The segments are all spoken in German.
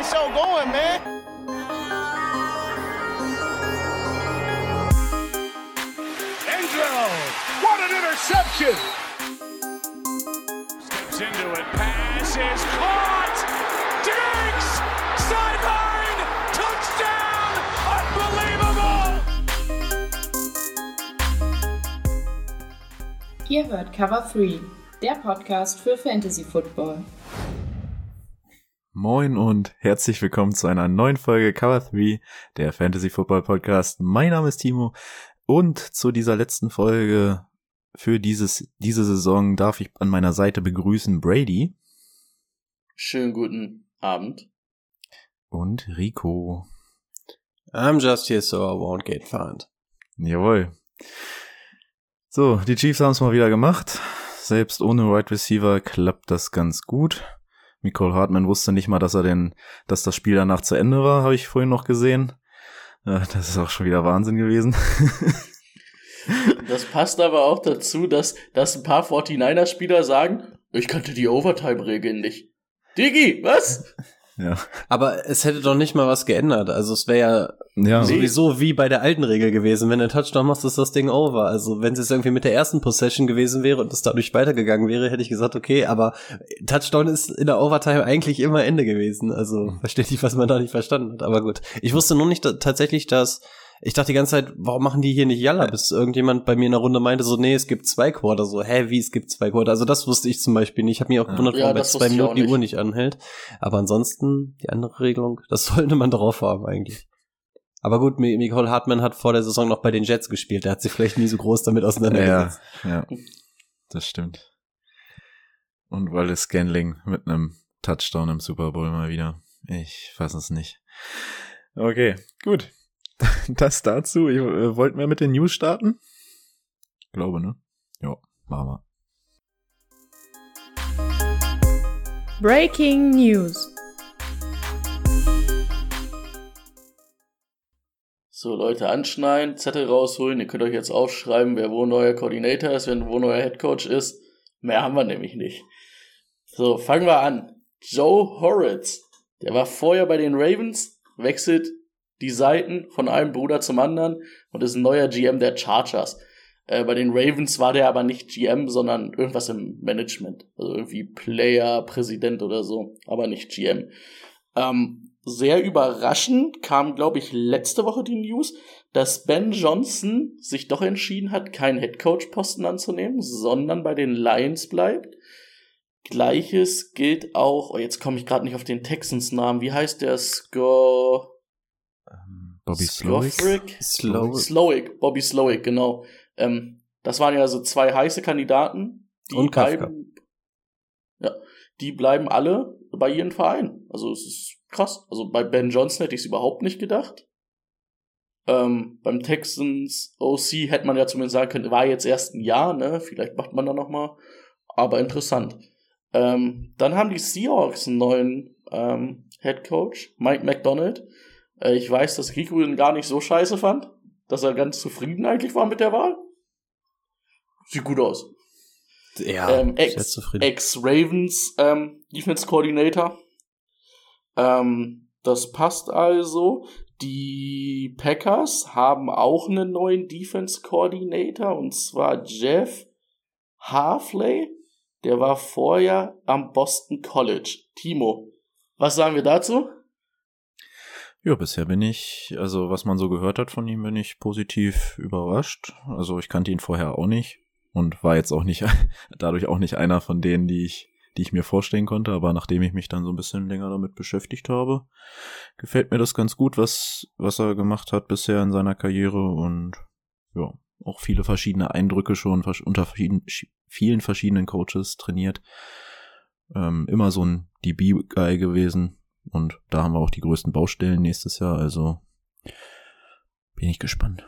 the show going, man. Angelo, what an interception! Steps into it, pass is caught! Diggs! Sideline! Touchdown! Unbelievable! Ihr hört Cover 3, der Podcast für Fantasy Football. Moin und herzlich willkommen zu einer neuen Folge Cover 3, der Fantasy Football Podcast. Mein Name ist Timo und zu dieser letzten Folge für diese Saison darf ich an meiner Seite begrüßen Brady. Schönen guten Abend. Und Rico. I'm just here so I won't get fined. Jawohl. So, die Chiefs haben es mal wieder gemacht. Selbst ohne Wide Receiver klappt das ganz gut. Mecole Hardman wusste nicht mal, dass das Spiel danach zu Ende war, habe ich vorhin noch gesehen. Das ist auch schon wieder Wahnsinn gewesen. Das passt aber auch dazu, dass ein paar 49er-Spieler sagen, ich kannte die Overtime-Regeln nicht. Diggi, was? Ja. Aber es hätte doch nicht mal was geändert. Also es wäre ja sowieso wie bei der alten Regel gewesen. Wenn du einen Touchdown machst, ist das Ding over. Also wenn es jetzt irgendwie mit der ersten Possession gewesen wäre und es dadurch weitergegangen wäre, hätte ich gesagt, okay, aber Touchdown ist in der Overtime eigentlich immer Ende gewesen. Also verstehe ich, was man da nicht verstanden hat. Aber gut. Ich wusste nur nicht tatsächlich, dass ich dachte die ganze Zeit, warum machen die hier nicht Yalla? Bis irgendjemand bei mir in der Runde meinte so, nee, es gibt 2 Quarter. So, wie, es gibt 2 Quarter? Also das wusste ich zum Beispiel nicht. Ich habe mich auch gewundert, warum bei 2 Minuten die Uhr nicht anhält. Aber ansonsten, die andere Regelung, das sollte man drauf haben eigentlich. Aber gut, Mecole Hardman hat vor der Saison noch bei den Jets gespielt. Der hat sich vielleicht nie so groß damit auseinandergesetzt. Ja, das stimmt. Und Wallace Scantling mit einem Touchdown im Super Bowl mal wieder. Ich fasse es nicht. Okay, gut. Das dazu. Wollten wir mit den News starten? Ich glaube, ne? Ja, machen wir. Breaking News. So, Leute, anschneiden, Zettel rausholen. Ihr könnt euch jetzt aufschreiben, wer wo neuer Coordinator ist, wo neuer Headcoach ist. Mehr haben wir nämlich nicht. So, fangen wir an. Joe Horitz, der war vorher bei den Ravens, wechselt die Seiten von einem Bruder zum anderen und ist ein neuer GM der Chargers. Bei den Ravens war der aber nicht GM, sondern irgendwas im Management. Also irgendwie Player, Präsident oder so, aber nicht GM. Sehr überraschend kam, glaube ich, letzte Woche die News, dass Ben Johnson sich doch entschieden hat, keinen Headcoach-Posten anzunehmen, sondern bei den Lions bleibt. Gleiches gilt auch, jetzt komme ich gerade nicht auf den Texans-Namen, wie heißt der? Bobby Slowick? Slowick, Bobby Slowick, genau. Das waren ja so 2 heiße Kandidaten. Die bleiben alle bei ihren Vereinen. Also es ist krass. Also bei Ben Johnson hätte ich es überhaupt nicht gedacht. Beim Texans OC hätte man ja zumindest sagen können, war jetzt erst ein Jahr, ne? Vielleicht macht man da noch mal. Aber interessant. Dann haben die Seahawks einen neuen Head Coach, Mike Macdonald. Ich weiß, dass Rico ihn gar nicht so scheiße fand, dass er ganz zufrieden eigentlich war mit der Wahl. Sieht gut aus. Ja, sehr zufrieden. Ex-Ravens Defense Coordinator. Das passt also. Die Packers haben auch einen neuen Defense Coordinator, und zwar Jeff Hafley. Der war vorher am Boston College. Timo, was sagen wir dazu? Ja, bisher was man so gehört hat von ihm, bin ich positiv überrascht. Also ich kannte ihn vorher auch nicht und war jetzt auch nicht, dadurch auch nicht einer von denen, die ich mir vorstellen konnte, aber nachdem ich mich dann so ein bisschen länger damit beschäftigt habe, gefällt mir das ganz gut, was er gemacht hat bisher in seiner Karriere und ja, auch viele verschiedene Eindrücke schon unter vielen verschiedenen Coaches trainiert. Immer so ein DB-Guy gewesen. Und da haben wir auch die größten Baustellen nächstes Jahr, also bin ich gespannt.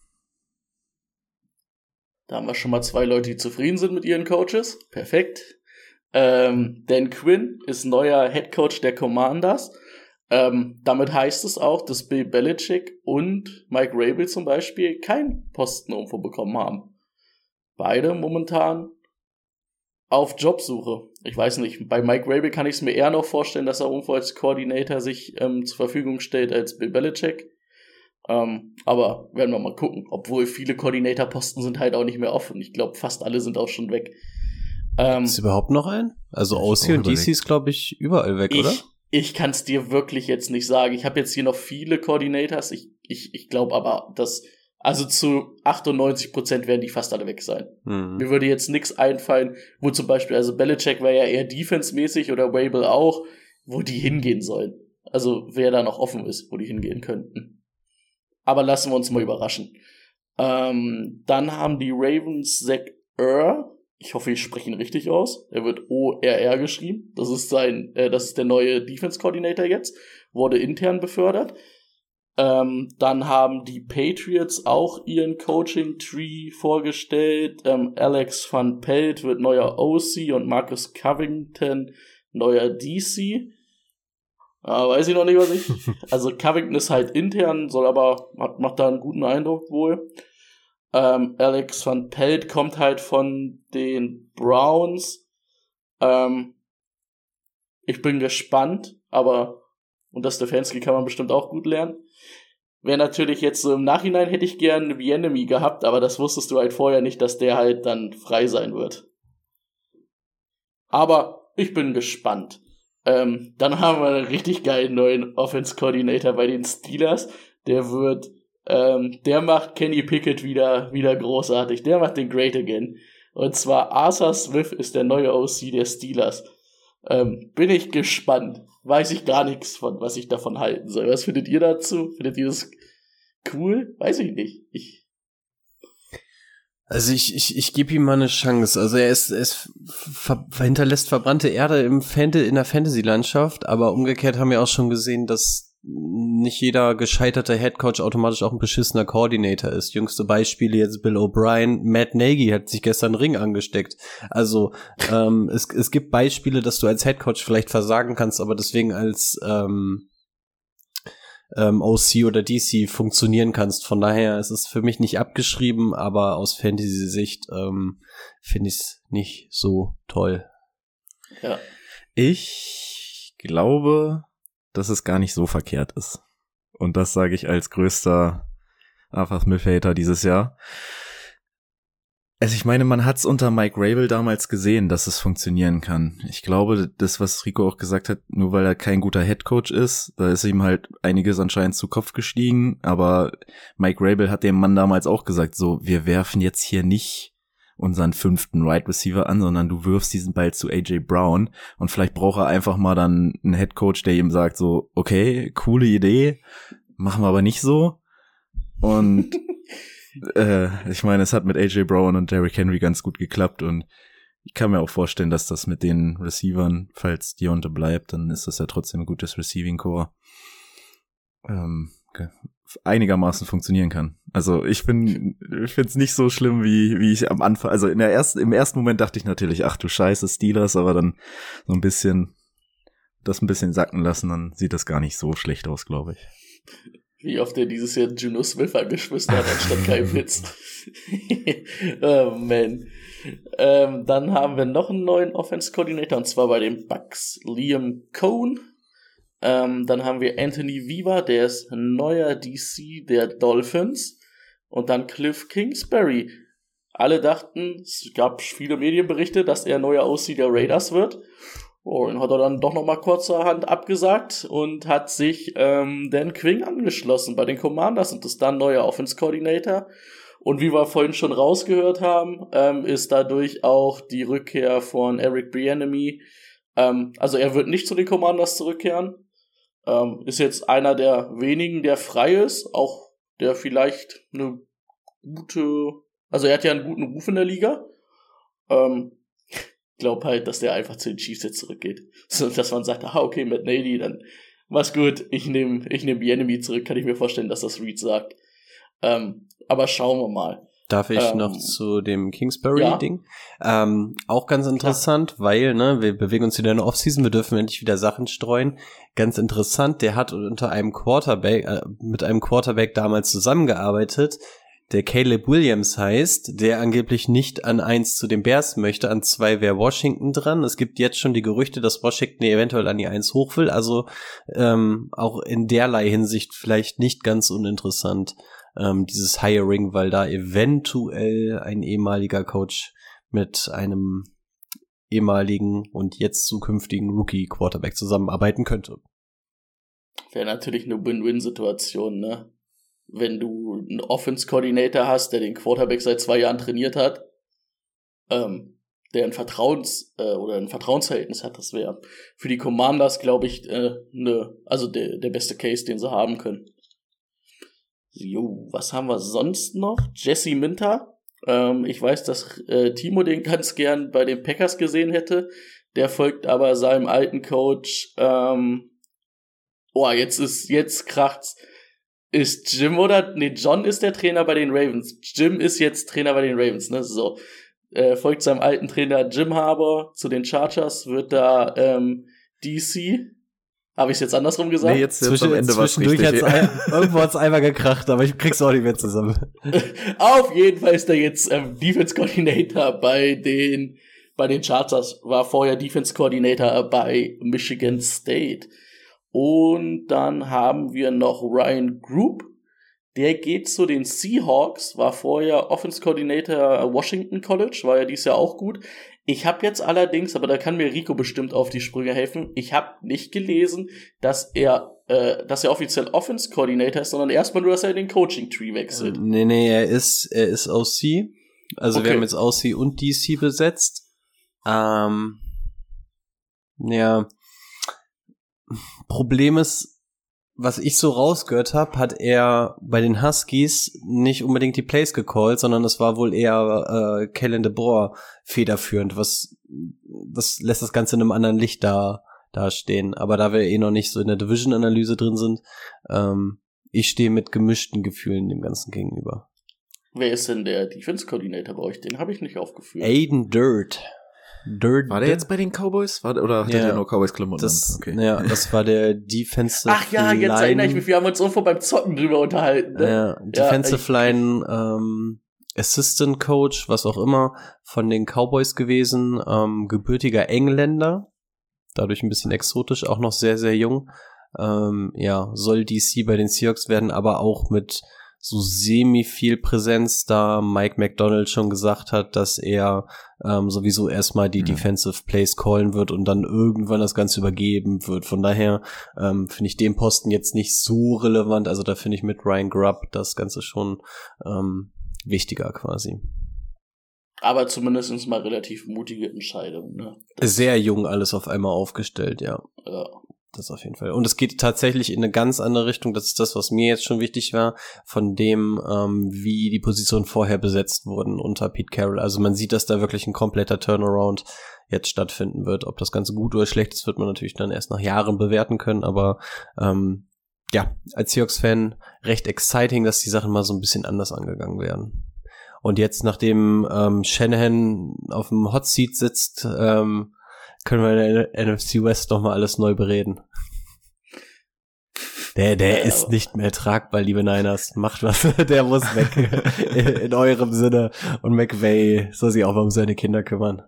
Da haben wir schon mal 2 Leute, die zufrieden sind mit ihren Coaches. Perfekt. Dan Quinn ist neuer Headcoach der Commanders. Damit heißt es auch, dass Bill Belichick und Mike Vrabel zum Beispiel keinen Posten irgendwo bekommen haben. Beide momentan auf Jobsuche. Ich weiß nicht, bei Mike Vrabel kann ich es mir eher noch vorstellen, dass er irgendwo als Coordinator sich zur Verfügung stellt als Bill Belichick. Aber werden wir mal gucken. Obwohl viele Coordinator-Posten sind halt auch nicht mehr offen. Ich glaube, fast alle sind auch schon weg. Ist überhaupt noch ein? Also OC und DC ist, glaube ich, überall weg, oder? Ich kann es dir wirklich jetzt nicht sagen. Ich habe jetzt hier noch viele Coordinators. Ich glaube aber, dass also zu 98% werden die fast alle weg sein. Mir würde jetzt nichts einfallen, wo zum Beispiel, also Belichick wäre ja eher defense-mäßig oder Vrabel auch, wo die hingehen sollen. Also wer da noch offen ist, wo die hingehen könnten. Aber lassen wir uns mal überraschen. Dann haben die Ravens Zach Ertz. Ich hoffe, ich spreche ihn richtig aus. Er wird ORR geschrieben. Das ist der neue Defense Coordinator jetzt. Wurde intern befördert. Dann haben die Patriots auch ihren Coaching-Tree vorgestellt. Alex Van Pelt wird neuer OC und Marcus Covington neuer DC. Weiß ich noch nicht, was ich. Also Covington ist halt intern, macht da einen guten Eindruck wohl. Alex Van Pelt kommt halt von den Browns. Ich bin gespannt, und das Stefanski kann man bestimmt auch gut lernen. Wäre natürlich jetzt so im Nachhinein, hätte ich gern Bieniemy gehabt, aber das wusstest du halt vorher nicht, dass der halt dann frei sein wird. Aber ich bin gespannt. Dann haben wir einen richtig geilen neuen Offense-Coordinator bei den Steelers. Der macht Kenny Pickett wieder großartig. Der macht den Great Again. Und zwar Arthur Smith ist der neue OC der Steelers. Bin ich gespannt. Weiß ich gar nichts von, was ich davon halten soll. Was findet ihr dazu? Findet ihr das cool? Weiß ich nicht. Also ich gebe ihm mal eine Chance. Also er hinterlässt verbrannte Erde in der Fantasy-Landschaft, aber umgekehrt haben wir auch schon gesehen, dass nicht jeder gescheiterte Headcoach automatisch auch ein beschissener Coordinator ist. Jüngste Beispiele jetzt Bill O'Brien, Matt Nagy hat sich gestern einen Ring angesteckt. Also es gibt Beispiele, dass du als Headcoach vielleicht versagen kannst, aber deswegen als OC oder DC funktionieren kannst. Von daher ist es für mich nicht abgeschrieben, aber aus Fantasy-Sicht finde ich es nicht so toll. Ja. Ich glaube, dass es gar nicht so verkehrt ist. Und das sage ich als größter Arthur Smith-Hater dieses Jahr. Also ich meine, man hat's unter Mike Vrabel damals gesehen, dass es funktionieren kann. Ich glaube, das, was Rico auch gesagt hat, nur weil er kein guter Headcoach ist, da ist ihm halt einiges anscheinend zu Kopf gestiegen, aber Mike Vrabel hat dem Mann damals auch gesagt, so, wir werfen jetzt hier nicht unseren 5. Wide Receiver an, sondern du wirfst diesen Ball zu AJ Brown und vielleicht braucht er einfach mal dann einen Headcoach, der ihm sagt so, okay, coole Idee, machen wir aber nicht so. Und ich meine, es hat mit AJ Brown und Derrick Henry ganz gut geklappt und ich kann mir auch vorstellen, dass das mit den Receivern, falls Deontay bleibt, dann ist das ja trotzdem ein gutes Receiving Core, einigermaßen funktionieren kann. Also ich finde es nicht so schlimm, wie ich am Anfang, also im ersten Moment dachte ich natürlich, ach du Scheiße, Steelers, aber dann so ein bisschen sacken lassen, dann sieht das gar nicht so schlecht aus, glaube ich. Wie oft er dieses Jahr Juno Smith angeschmissen hat, anstatt Kyle Pitts. Oh man. Dann haben wir noch einen neuen Offense-Coordinator, und zwar bei den Bucks, Liam Cohn. Dann haben wir Anthony Weaver, der ist neuer DC der Dolphins. Und dann Cliff Kingsbury. Alle dachten, es gab viele Medienberichte, dass er neuer OC der Raiders wird. Und hat er dann doch nochmal kurzerhand abgesagt und hat sich Dan Quinn angeschlossen bei den Commanders und ist dann neuer Offense-Coordinator. Und wie wir vorhin schon rausgehört haben, ist dadurch auch die Rückkehr von Eric Bieniemy. Also er wird nicht zu den Commanders zurückkehren. Ist jetzt einer der wenigen, der frei ist. Auch der vielleicht eine gute... Also er hat ja einen guten Ruf in der Liga. Ich glaube halt, dass der einfach zu den Chiefs jetzt zurückgeht. So, dass man sagt, okay, Matt Nagy, dann mach's gut, ich nehm Bieniemy zurück, kann ich mir vorstellen, dass das Reed sagt. Aber schauen wir mal. Darf ich noch zu dem Kingsbury-Ding? Ja. Auch ganz interessant, weil, wir bewegen uns wieder in der Offseason, wir dürfen endlich wieder Sachen streuen. Ganz interessant, der hat mit einem Quarterback damals zusammengearbeitet, der Caleb Williams heißt, der angeblich nicht an 1 zu den Bears möchte, an 2 wäre Washington dran. Es gibt jetzt schon die Gerüchte, dass Washington eventuell an die 1 hoch will, also auch in derlei Hinsicht vielleicht nicht ganz uninteressant, dieses Hiring, weil da eventuell ein ehemaliger Coach mit einem ehemaligen und jetzt zukünftigen Rookie-Quarterback zusammenarbeiten könnte. Wäre natürlich eine Win-Win-Situation, ne? Wenn du einen Offense-Coordinator hast, der den Quarterback seit 2 Jahren trainiert hat, der ein Vertrauensverhältnis hat, das wäre für die Commanders, glaube ich, der beste Case, den sie haben können. Jo, was haben wir sonst noch? Jesse Minter. Ich weiß, dass Timo den ganz gern bei den Packers gesehen hätte. Der folgt aber seinem alten Coach. Jetzt kracht's. Ist Jim John ist der Trainer bei den Ravens. Jim ist jetzt Trainer bei den Ravens, ne? So. Folgt seinem alten Trainer Jim Harbaugh zu den Chargers, wird da DC. Habe ich es jetzt andersrum gesagt? Nee, jetzt am Ende was richtig. Irgendwo hat's einmal gekracht, aber ich krieg's auch nicht mehr zusammen. Auf jeden Fall ist er jetzt Defense Coordinator bei den Chargers, war vorher Defense Coordinator bei Michigan State. Und dann haben wir noch Ryan Group, der geht zu den Seahawks, war vorher Offense Coordinator Washington College, war ja dieses Jahr auch gut. Ich habe jetzt allerdings, aber da kann mir Rico bestimmt auf die Sprünge helfen, ich habe nicht gelesen, dass er offiziell Offense Coordinator ist, sondern erstmal nur, dass er in den Coaching Tree wechselt. Nee, er ist OC. Also okay. Wir haben jetzt OC und DC besetzt. Problem ist, was ich so rausgehört habe, hat er bei den Huskies nicht unbedingt die Plays gecallt, sondern es war wohl eher Kellen DeBoer federführend, das lässt das Ganze in einem anderen Licht dastehen. Aber da wir noch nicht so in der Division-Analyse drin sind, ich stehe mit gemischten Gefühlen dem Ganzen gegenüber. Wer ist denn der Defense-Coordinator bei euch? Den habe ich nicht aufgeführt. Aiden Dirt. War der jetzt bei den Cowboys? Oder hatte der nur Cowboys-Klamotten? Okay. Ja, das war der Defensive Line. Ach ja, jetzt erinnere ich mich, wir haben uns irgendwo beim Zocken drüber unterhalten. Ne? Ja, Defensive Line Assistant Coach, was auch immer, von den Cowboys gewesen, gebürtiger Engländer, dadurch ein bisschen exotisch, auch noch sehr, sehr jung. Soll DC bei den Seahawks werden, aber auch mit so semi-viel Präsenz, da Mike Macdonald schon gesagt hat, dass er sowieso erstmal die Defensive Plays callen wird und dann irgendwann das Ganze übergeben wird. Von daher finde ich den Posten jetzt nicht so relevant. Also da finde ich mit Ryan Grubb das Ganze schon wichtiger quasi. Aber zumindest mal relativ mutige Entscheidung, ne? Sehr jung alles auf einmal aufgestellt, ja. Das auf jeden Fall. Und es geht tatsächlich in eine ganz andere Richtung. Das ist das, was mir jetzt schon wichtig war, von dem, wie die Positionen vorher besetzt wurden unter Pete Carroll. Also man sieht, dass da wirklich ein kompletter Turnaround jetzt stattfinden wird. Ob das Ganze gut oder schlecht ist, wird man natürlich dann erst nach Jahren bewerten können. Aber als Seahawks-Fan recht exciting, dass die Sachen mal so ein bisschen anders angegangen werden. Und jetzt, nachdem Shanahan auf dem Hot Seat sitzt, können wir in der NFC West nochmal alles neu bereden. Der ist nicht mehr tragbar, liebe Niners. Macht was, der muss weg. In eurem Sinne. Und McVay soll sich auch mal um seine Kinder kümmern.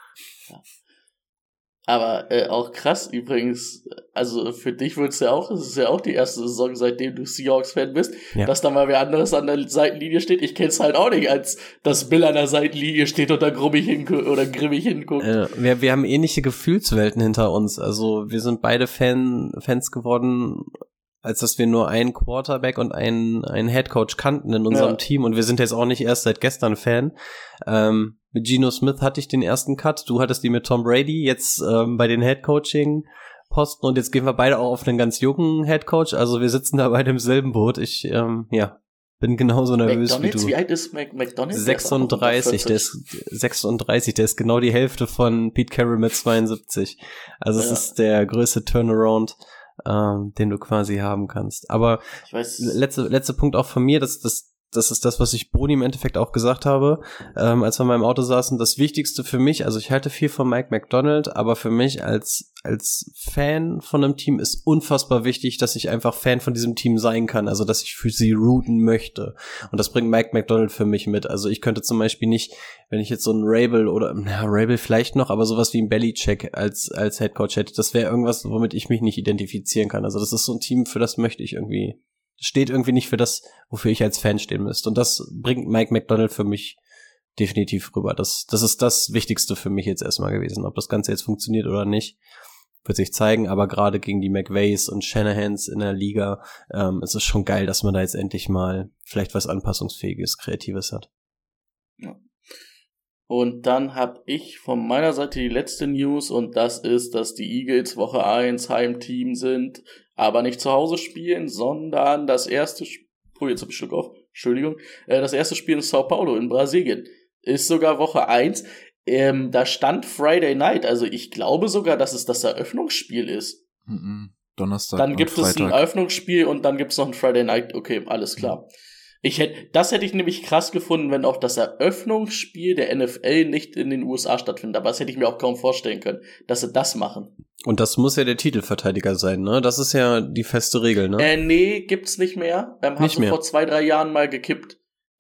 Aber auch krass übrigens, also für dich es ist ja auch die erste Saison, seitdem du Seahawks-Fan bist, dass da mal wer anderes an der Seitenlinie steht. Ich kenn's halt auch nicht, als dass Bill an der Seitenlinie steht und da grimmig hinguckt. Wir haben ähnliche Gefühlswelten hinter uns. Also wir sind beide Fans geworden, als dass wir nur einen Quarterback und einen Headcoach kannten in unserem Team. Und wir sind jetzt auch nicht erst seit gestern Fan. Mit Geno Smith hatte ich den ersten Cut, du hattest die mit Tom Brady, jetzt bei den Headcoaching-Posten und jetzt gehen wir beide auch auf einen ganz jungen Headcoach, also wir sitzen da beide im selben Boot. Ich bin genauso nervös wie du. Wie alt ist McDonald's? 36, der ist genau die Hälfte von Pete Carroll mit 72. Also es ist der größte Turnaround, den du quasi haben kannst. Aber ich weiß, letzter Punkt auch von mir, das das, was ich Bruni im Endeffekt auch gesagt habe, als wir in meinem Auto saßen. Das Wichtigste für mich, also ich halte viel von Mike Macdonald, aber für mich als Fan von einem Team ist unfassbar wichtig, dass ich einfach Fan von diesem Team sein kann, also dass ich für sie rooten möchte. Und das bringt Mike Macdonald für mich mit. Also ich könnte zum Beispiel nicht, wenn ich jetzt so einen Rabel oder, Rabel vielleicht noch, aber sowas wie ein Belichick als Headcoach hätte, das wäre irgendwas, womit ich mich nicht identifizieren kann. Also das ist so ein Team, für das möchte ich irgendwie, steht irgendwie nicht für das, wofür ich als Fan stehen müsste. Und das bringt Mike Macdonald für mich definitiv rüber. Das ist das Wichtigste für mich jetzt erstmal gewesen. Ob das Ganze jetzt funktioniert oder nicht, wird sich zeigen. Aber gerade gegen die McVays und Shanahans in der Liga ist es schon geil, dass man da jetzt endlich mal vielleicht was Anpassungsfähiges, Kreatives hat. Ja. Und dann habe ich von meiner Seite die letzte News und das ist, dass die Eagles Woche 1 Heimteam sind, aber nicht zu Hause spielen, sondern das erste jetzt hab ich Schluck auf. Entschuldigung. Das erste Spiel in Sao Paulo in Brasilien ist sogar Woche 1. Da stand Friday Night, also ich glaube sogar, dass es das Eröffnungsspiel ist. Donnerstag. Dann gibt es ein Eröffnungsspiel und dann gibt es noch ein Friday Night. Okay, alles klar. Das hätte ich nämlich krass gefunden, wenn auch das Eröffnungsspiel der NFL nicht in den USA stattfindet. Aber das hätte ich mir auch kaum vorstellen können, dass sie das machen. Und das muss ja der Titelverteidiger sein, ne? Das ist ja die feste Regel, ne? Nee, gibt's nicht mehr. Haben sie vor 2-3 Jahren mal gekippt.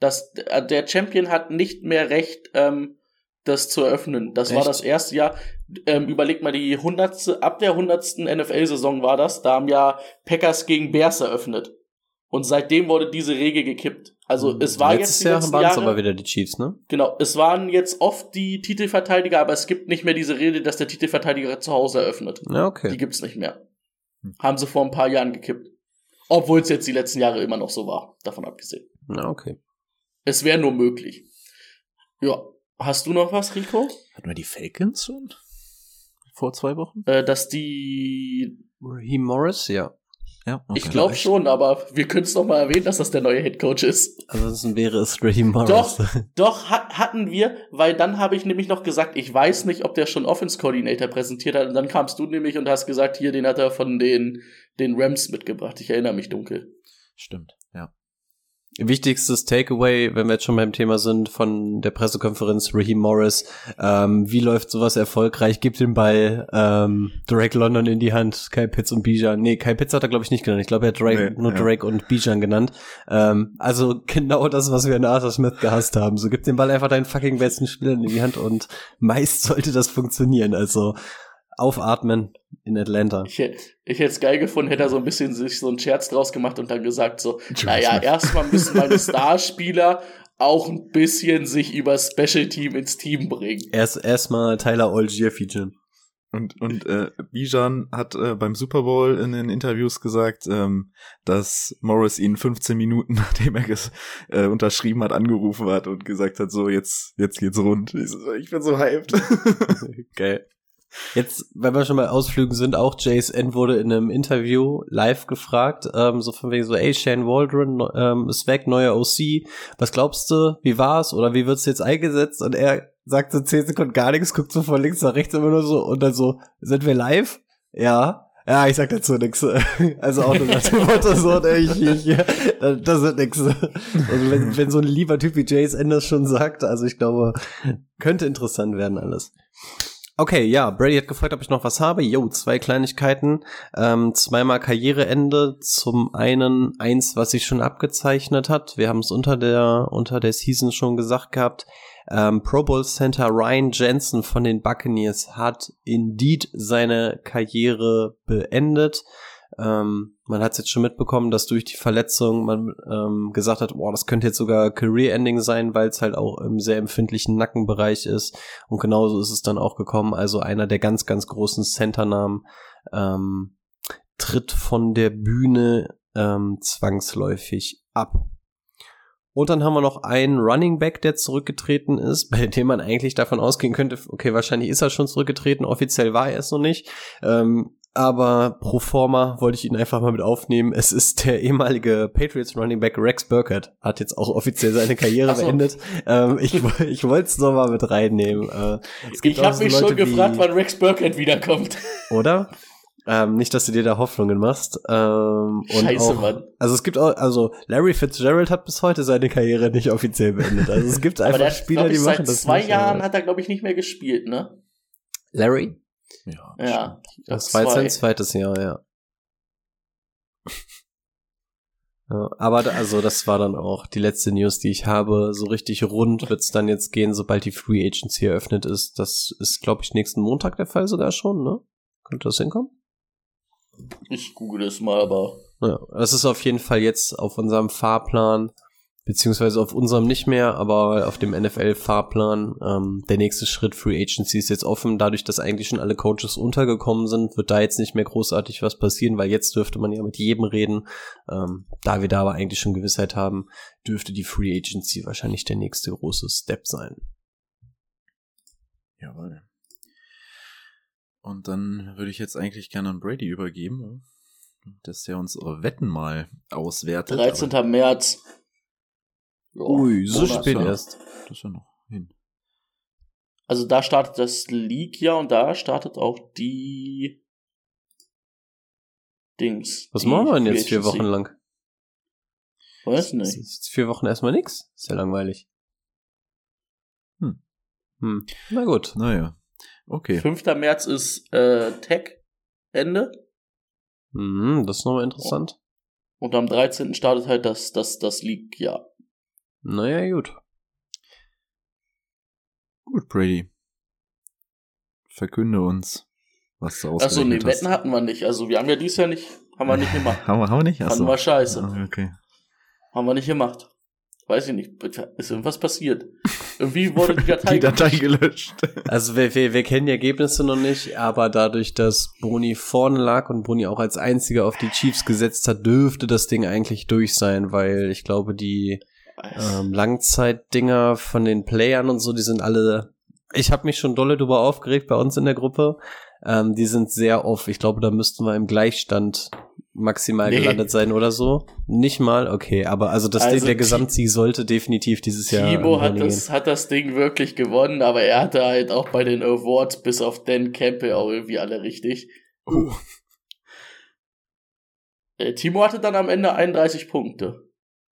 Der Champion hat nicht mehr Recht, das zu eröffnen. Das war das erste Jahr. Überleg mal, ab der 100. NFL-Saison war das. Da haben ja Packers gegen Bears eröffnet. Und seitdem wurde diese Regel gekippt. Also es war jetzt die letzten Jahre, aber wieder die Chiefs, ne? Genau, es waren jetzt oft die Titelverteidiger, aber es gibt nicht mehr diese Regel, dass der Titelverteidiger zu Hause eröffnet. Ja, okay. Die gibt's nicht mehr. Haben sie vor ein paar Jahren gekippt. Obwohl es jetzt die letzten Jahre immer noch so war, davon abgesehen. Ja, okay. Es wäre nur möglich. Ja, hast du noch was, Rico? Hatten wir die Falcons schon? Vor 2 Wochen? Dass die Raheem Morris, ja. Ja, okay. Ich glaube schon, aber wir können es noch mal erwähnen, dass das der neue Headcoach ist. Ansonsten wäre es Raheem Morris. Doch, hatten wir, weil dann habe ich nämlich noch gesagt, ich weiß nicht, ob der schon Offense Coordinator präsentiert hat und dann kamst du nämlich und hast gesagt, hier, den hat er von den Rams mitgebracht. Ich erinnere mich dunkel. Stimmt, ja. Wichtigstes Takeaway, wenn wir jetzt schon beim Thema sind, von der Pressekonferenz Raheem Morris. Wie läuft sowas erfolgreich? Gibt den Ball Drake London in die Hand, Kyle Pitts und Bijan. Nee, Kyle Pitts hat er, glaube ich, nicht genannt. Ich glaube, er hat Drake und Bijan genannt. Also genau das, was wir in Arthur Smith gehasst haben. So, gib den Ball einfach deinen fucking besten Spielern in die Hand und meist sollte das funktionieren. Also aufatmen in Atlanta. Ich hätte es geil gefunden, hätte er so ein bisschen sich so einen Scherz draus gemacht und dann gesagt so, naja, erstmal müssen meine Starspieler auch ein bisschen sich über Special Team ins Team bringen. Erstmal Tyler Allgeier featuren. Und Bijan hat beim Super Bowl in den Interviews gesagt, dass Morris ihn 15 Minuten, nachdem er unterschrieben hat, angerufen hat und gesagt hat, so, jetzt geht's rund. Ich bin so hyped. Geil. Jetzt, wenn wir schon bei Ausflügen sind, auch JSN wurde in einem Interview live gefragt, so von wegen so, ey, Shane Waldron ist weg, neuer OC, was glaubst du, wie war's oder wie wird's jetzt eingesetzt? Und er sagt so 10 Sekunden gar nichts, guckt so von links nach rechts immer nur so und dann so, sind wir live? Ja, ich sag dazu nix. Also auch nur nach dem Motto so, das wird nix. Also wenn so ein lieber Typ wie JSN das schon sagt, also ich glaube, könnte interessant werden alles. Okay, ja, Brady hat gefragt, ob ich noch was habe. 2 Kleinigkeiten. 2-mal Karriereende. Zum einen eins, was sich schon abgezeichnet hat. Wir haben es unter der Season schon gesagt gehabt. Pro Bowl Center Ryan Jensen von den Buccaneers hat indeed seine Karriere beendet. Man hat es jetzt schon mitbekommen, dass durch die Verletzung man gesagt hat, das könnte jetzt sogar Career-Ending sein, weil es halt auch im sehr empfindlichen Nackenbereich ist. Und genauso ist es dann auch gekommen. Also einer der ganz, ganz großen Centernamen tritt von der Bühne zwangsläufig ab. Und dann haben wir noch einen Running Back, der zurückgetreten ist, bei dem man eigentlich davon ausgehen könnte, okay, wahrscheinlich ist er schon zurückgetreten, offiziell war er es noch nicht. Aber pro forma wollte ich ihn einfach mal mit aufnehmen. Es ist der ehemalige Patriots Running Back Rex Burkhead. Hat jetzt auch offiziell seine Karriere beendet. Ich wollte es noch mal mit reinnehmen. Ich habe mich schon gefragt, wann Rex Burkhead wiederkommt. Oder? Nicht, dass du dir da Hoffnungen machst. Scheiße, und auch, Mann. Also es gibt auch, also Larry Fitzgerald hat bis heute seine Karriere nicht offiziell beendet. Also es gibt einfach Spieler, die machen das nicht. Seit 2 Jahren hat er, glaube ich, nicht mehr gespielt, ne? Larry? Ja. Das war jetzt sein zweites Jahr, ja. Ja, aber also das war dann auch die letzte News, die ich habe. So richtig rund wird's dann jetzt gehen, sobald die Free Agency eröffnet ist. Das ist, glaube ich, nächsten Montag der Fall sogar schon, ne? Könnte das hinkommen? Ich google es mal, aber... Ja, das ist auf jeden Fall jetzt auf unserem Fahrplan, beziehungsweise auf unserem nicht mehr, aber auf dem NFL-Fahrplan. Der nächste Schritt, Free Agency, ist jetzt offen. Dadurch, dass eigentlich schon alle Coaches untergekommen sind, wird da jetzt nicht mehr großartig was passieren, weil jetzt dürfte man ja mit jedem reden. Da wir da aber eigentlich schon Gewissheit haben, dürfte die Free Agency wahrscheinlich der nächste große Step sein. Jawohl. Und dann würde ich jetzt eigentlich gerne an Brady übergeben, dass der unsere Wetten mal auswertet. 13. März. Ui, so spät erst. Das ist ja noch hin. Also da startet das League-Jahr und da startet auch die Dings. Was machen wir denn jetzt 4 Wochen lang? Weiß nicht. Ist 4 Wochen erstmal nix? Ist ja langweilig. Na gut. Naja. Okay. 5. März ist Tech-Ende. Das ist nochmal interessant. Und am 13. startet halt das League-Jahr. Naja, gut. Gut, Brady. Verkünde uns, was du ausgerechnet hast. Achso, nee, Wetten hatten wir nicht. Also wir haben ja dieses Jahr nicht, haben wir nicht gemacht. haben wir nicht? Fanden wir scheiße. Okay. Haben wir nicht gemacht. Weiß ich nicht. Ist irgendwas passiert? Irgendwie wurde die Datei gelöscht. Also wir kennen die Ergebnisse noch nicht, aber dadurch, dass Boni vorne lag und Boni auch als einziger auf die Chiefs gesetzt hat, dürfte das Ding eigentlich durch sein, weil ich glaube, die Langzeitdinger von den Playern und so, die sind alle, ich habe mich schon dolle drüber aufgeregt bei uns in der Gruppe, die sind sehr off. Ich glaube, da müssten wir im Gleichstand maximal gelandet sein oder so. Nicht mal, okay, aber also der Gesamtsieg sollte definitiv dieses Jahr. Timo hat das Ding wirklich gewonnen, aber er hatte halt auch bei den Awards bis auf Dan Campbell auch irgendwie alle richtig. Timo hatte dann am Ende 31 Punkte.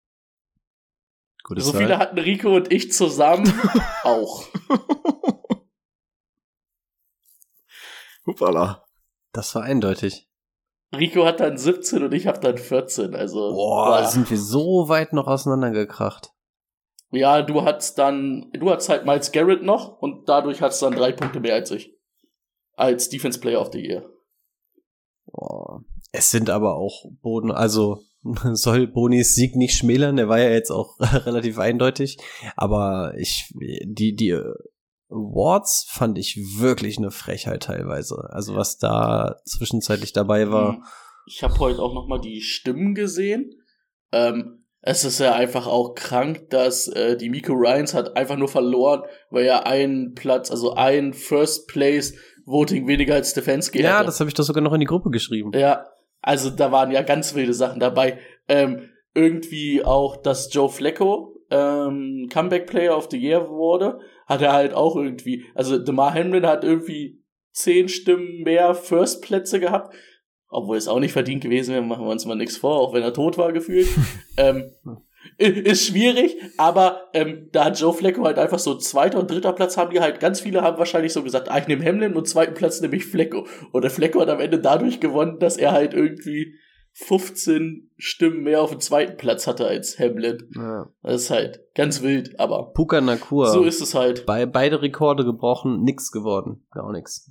Gute so Zahl. Viele hatten Rico und ich zusammen auch. Hoppala. Das war eindeutig. Rico hat dann 17 und ich habe dann 14, also. Boah, sind wir so weit noch auseinandergekracht. Ja, du hattest halt Myles Garrett noch und dadurch hattest dann 3 Punkte mehr als ich. Als Defense Player of the Year. Boah. Es sind aber auch also soll Bonis Sieg nicht schmälern, der war ja jetzt auch relativ eindeutig, aber die Awards fand ich wirklich eine Frechheit teilweise. Also was da zwischenzeitlich dabei war. Ich habe heute auch noch mal die Stimmen gesehen. Es ist ja einfach auch krank, dass die Miko Ryans hat einfach nur verloren, weil er einen Platz, also ein First Place Voting weniger als Stefanski hatte. Ja, das habe ich doch sogar noch in die Gruppe geschrieben. Ja, also da waren ja ganz wilde Sachen dabei. Irgendwie auch, dass Joe Flacco Comeback Player of the Year wurde, hat er halt auch irgendwie, also DeMar Hamlin hat irgendwie 10 Stimmen mehr First-Plätze gehabt, obwohl es auch nicht verdient gewesen wäre, machen wir uns mal nichts vor, auch wenn er tot war gefühlt. Ist schwierig, aber da hat Joe Flacco halt einfach so 2. und 3. Platz haben die halt, ganz viele haben wahrscheinlich so gesagt, ich nehme Hamlin und 2. Platz nehme ich Flacco. Und der Flacco hat am Ende dadurch gewonnen, dass er halt irgendwie 15 Stimmen mehr auf dem 2. Platz hatte als Hamlin. Ja. Das ist halt ganz wild, aber Puka Nacua. So ist es halt. Beide Rekorde gebrochen, nix geworden. Gar nix.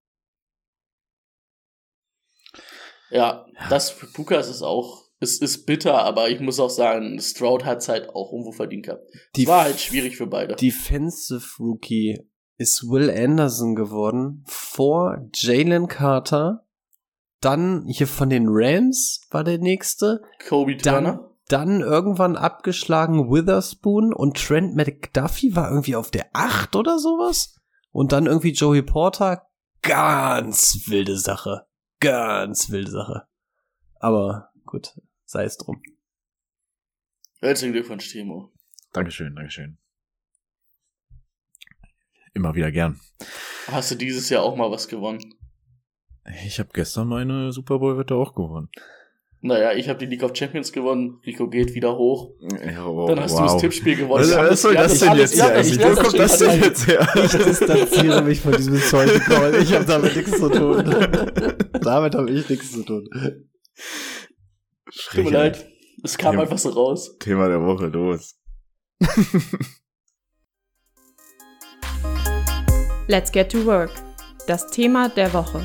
Ja, das für Puka ist es auch. Es ist bitter, aber ich muss auch sagen, Stroud hat's halt auch irgendwo verdient gehabt. Es war halt schwierig für beide. Defensive Rookie ist Will Anderson geworden, vor Jalen Carter. Dann hier von den Rams war der nächste. Kobe Turner. Dann irgendwann abgeschlagen Witherspoon und Trent McDuffie war irgendwie auf der 8 oder sowas. Und dann irgendwie Joey Porter. Ganz wilde Sache. Ganz wilde Sache. Aber gut, sei es drum. Herzlichen Glückwunsch, Timo. Dankeschön, Dankeschön. Immer wieder gern. Hast du dieses Jahr auch mal was gewonnen? Ich habe gestern meine Super Bowl-Wette auch gewonnen. Naja, ich habe die League of Champions gewonnen. Rico geht wieder hoch. Ja, wow, dann hast du das Tippspiel gewonnen. Was soll das denn jetzt hier eigentlich? Wo kommt das denn jetzt her? Ich distanziere mich von diesem Zeug. Ich habe damit nichts zu tun. Damit habe ich nichts zu tun. Tut mir leid. Es kam einfach so raus. Thema der Woche, los. Let's get to work. Das Thema der Woche.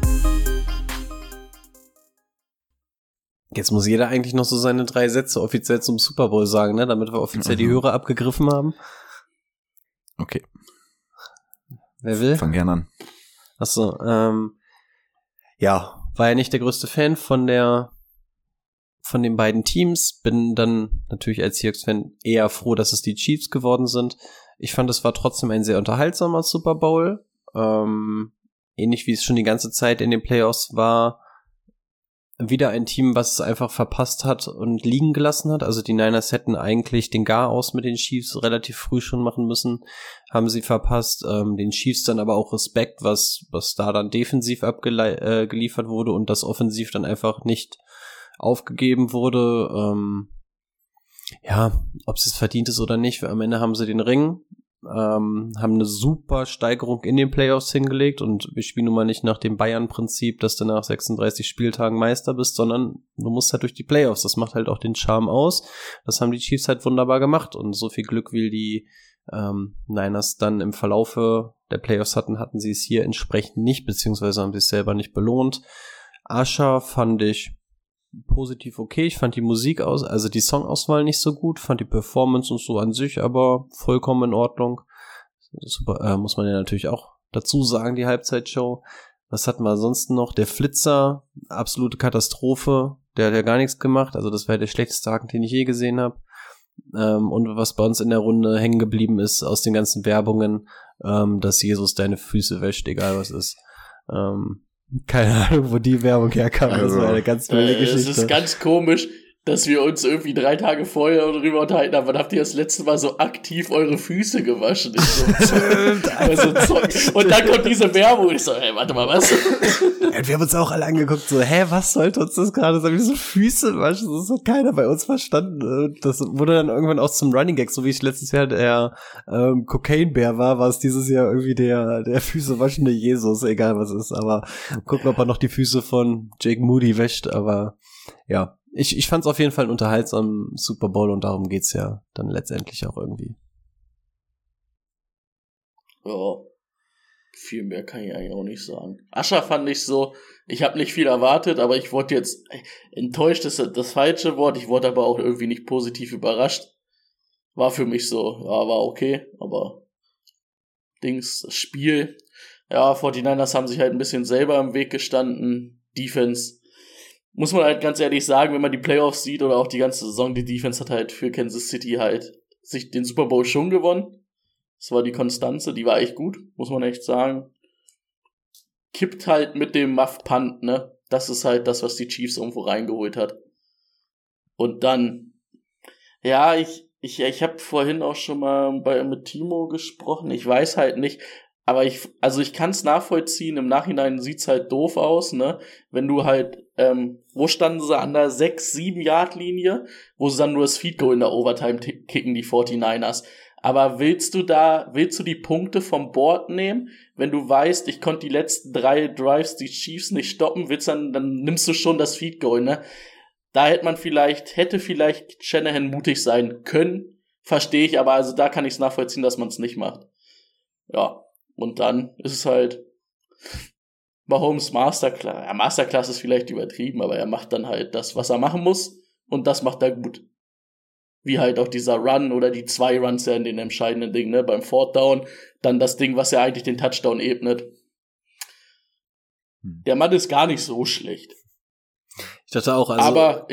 Jetzt muss jeder eigentlich noch so seine 3 Sätze offiziell zum Super Bowl sagen, ne? Damit wir offiziell die Hörer abgegriffen haben. Okay. Wer will? Fang gerne an. Achso, ja, war ja nicht der größte Fan von den beiden Teams. Bin dann natürlich als Seahawks-Fan eher froh, dass es die Chiefs geworden sind. Ich fand, es war trotzdem ein sehr unterhaltsamer Super Bowl. Ähnlich wie es schon die ganze Zeit in den Playoffs war. Wieder ein Team, was es einfach verpasst hat und liegen gelassen hat. Also die Niners hätten eigentlich den Garaus mit den Chiefs relativ früh schon machen müssen. Haben sie verpasst. Den Chiefs dann aber auch Respekt, was da dann defensiv geliefert wurde und das offensiv dann einfach nicht aufgegeben wurde. Ja, ob es verdient ist oder nicht. Am Ende haben sie den Ring. Haben eine super Steigerung in den Playoffs hingelegt und wir spielen nun mal nicht nach dem Bayern-Prinzip, dass du nach 36 Spieltagen Meister bist, sondern du musst halt durch die Playoffs. Das macht halt auch den Charme aus. Das haben die Chiefs halt wunderbar gemacht und so viel Glück wie die Niners dann im Verlaufe der Playoffs hatten sie es hier entsprechend nicht, beziehungsweise haben sie es selber nicht belohnt. Usher fand ich positiv okay. Ich fand die Musik also die Songauswahl nicht so gut, fand die Performance und so an sich aber vollkommen in Ordnung. Super, muss man ja natürlich auch dazu sagen, die Halbzeitshow. Was hatten wir sonst noch? Der Flitzer, absolute Katastrophe. Der hat ja gar nichts gemacht. Also das war der schlechteste Haken, den ich je gesehen habe. Und was bei uns in der Runde hängen geblieben ist aus den ganzen Werbungen, dass Jesus deine Füße wäscht, egal was ist. Keine Ahnung, wo die Werbung herkam. Das war eine ganz wilde Geschichte. Es ist ganz komisch, dass wir uns irgendwie 3 Tage vorher darüber unterhalten haben. Wann habt ihr das letzte Mal so aktiv eure Füße gewaschen? Und dann kommt diese Werbung und ich so, hey, warte mal, was? Wir haben uns auch alle angeguckt, so, was sollte uns das gerade sagen? So Füße waschen, das hat keiner bei uns verstanden. Das wurde dann irgendwann auch zum Running Gag, so wie ich letztes Jahr der Cocaine-Bär war es dieses Jahr irgendwie der Füße waschende Jesus, egal was ist. Aber gucken, ob er noch die Füße von Jake Moody wäscht, aber ja. Ich fand es auf jeden Fall einen unterhaltsamen Super Bowl und darum geht's ja dann letztendlich auch irgendwie. Ja, viel mehr kann ich eigentlich auch nicht sagen. Usher fand ich so, ich habe nicht viel erwartet, aber ich wurde jetzt, enttäuscht ist das falsche Wort, ich wurde aber auch irgendwie nicht positiv überrascht. War für mich so, ja, war okay, aber das Spiel, ja, 49ers haben sich halt ein bisschen selber im Weg gestanden, Defense. Muss man halt ganz ehrlich sagen, wenn man die Playoffs sieht oder auch die ganze Saison, die Defense hat halt für Kansas City halt sich den Super Bowl schon gewonnen. Das war die Konstanze, die war echt gut, muss man echt sagen. Kippt halt mit dem Muff Punt, ne? Das ist halt das, was die Chiefs irgendwo reingeholt hat. Und dann, ja, ich habe vorhin auch schon mal mit Timo gesprochen, ich weiß halt nicht, aber ich kann es nachvollziehen, im Nachhinein sieht's halt doof aus, ne? Wenn du halt, wo standen sie an der 6-7-Yard-Linie, wo sie dann nur das Field Goal in der Overtime kicken, die 49ers. Aber willst du die Punkte vom Board nehmen, wenn du weißt, ich konnte die letzten 3 Drives die Chiefs nicht stoppen, dann nimmst du schon das Field Goal, ne? Da hätte vielleicht Shanahan mutig sein können, verstehe ich, aber also da kann ich es nachvollziehen, dass man es nicht macht. Ja. Und dann ist es halt Mahomes Masterclass. Ja, Masterclass ist vielleicht übertrieben, aber er macht dann halt das, was er machen muss. Und das macht er gut. Wie halt auch dieser Run oder die 2 Runs ja in den entscheidenden Dingen, ne? Beim 4th Down. Dann das Ding, was ja eigentlich den Touchdown ebnet. Der Mann ist gar nicht so schlecht. Ich dachte auch, also... Aber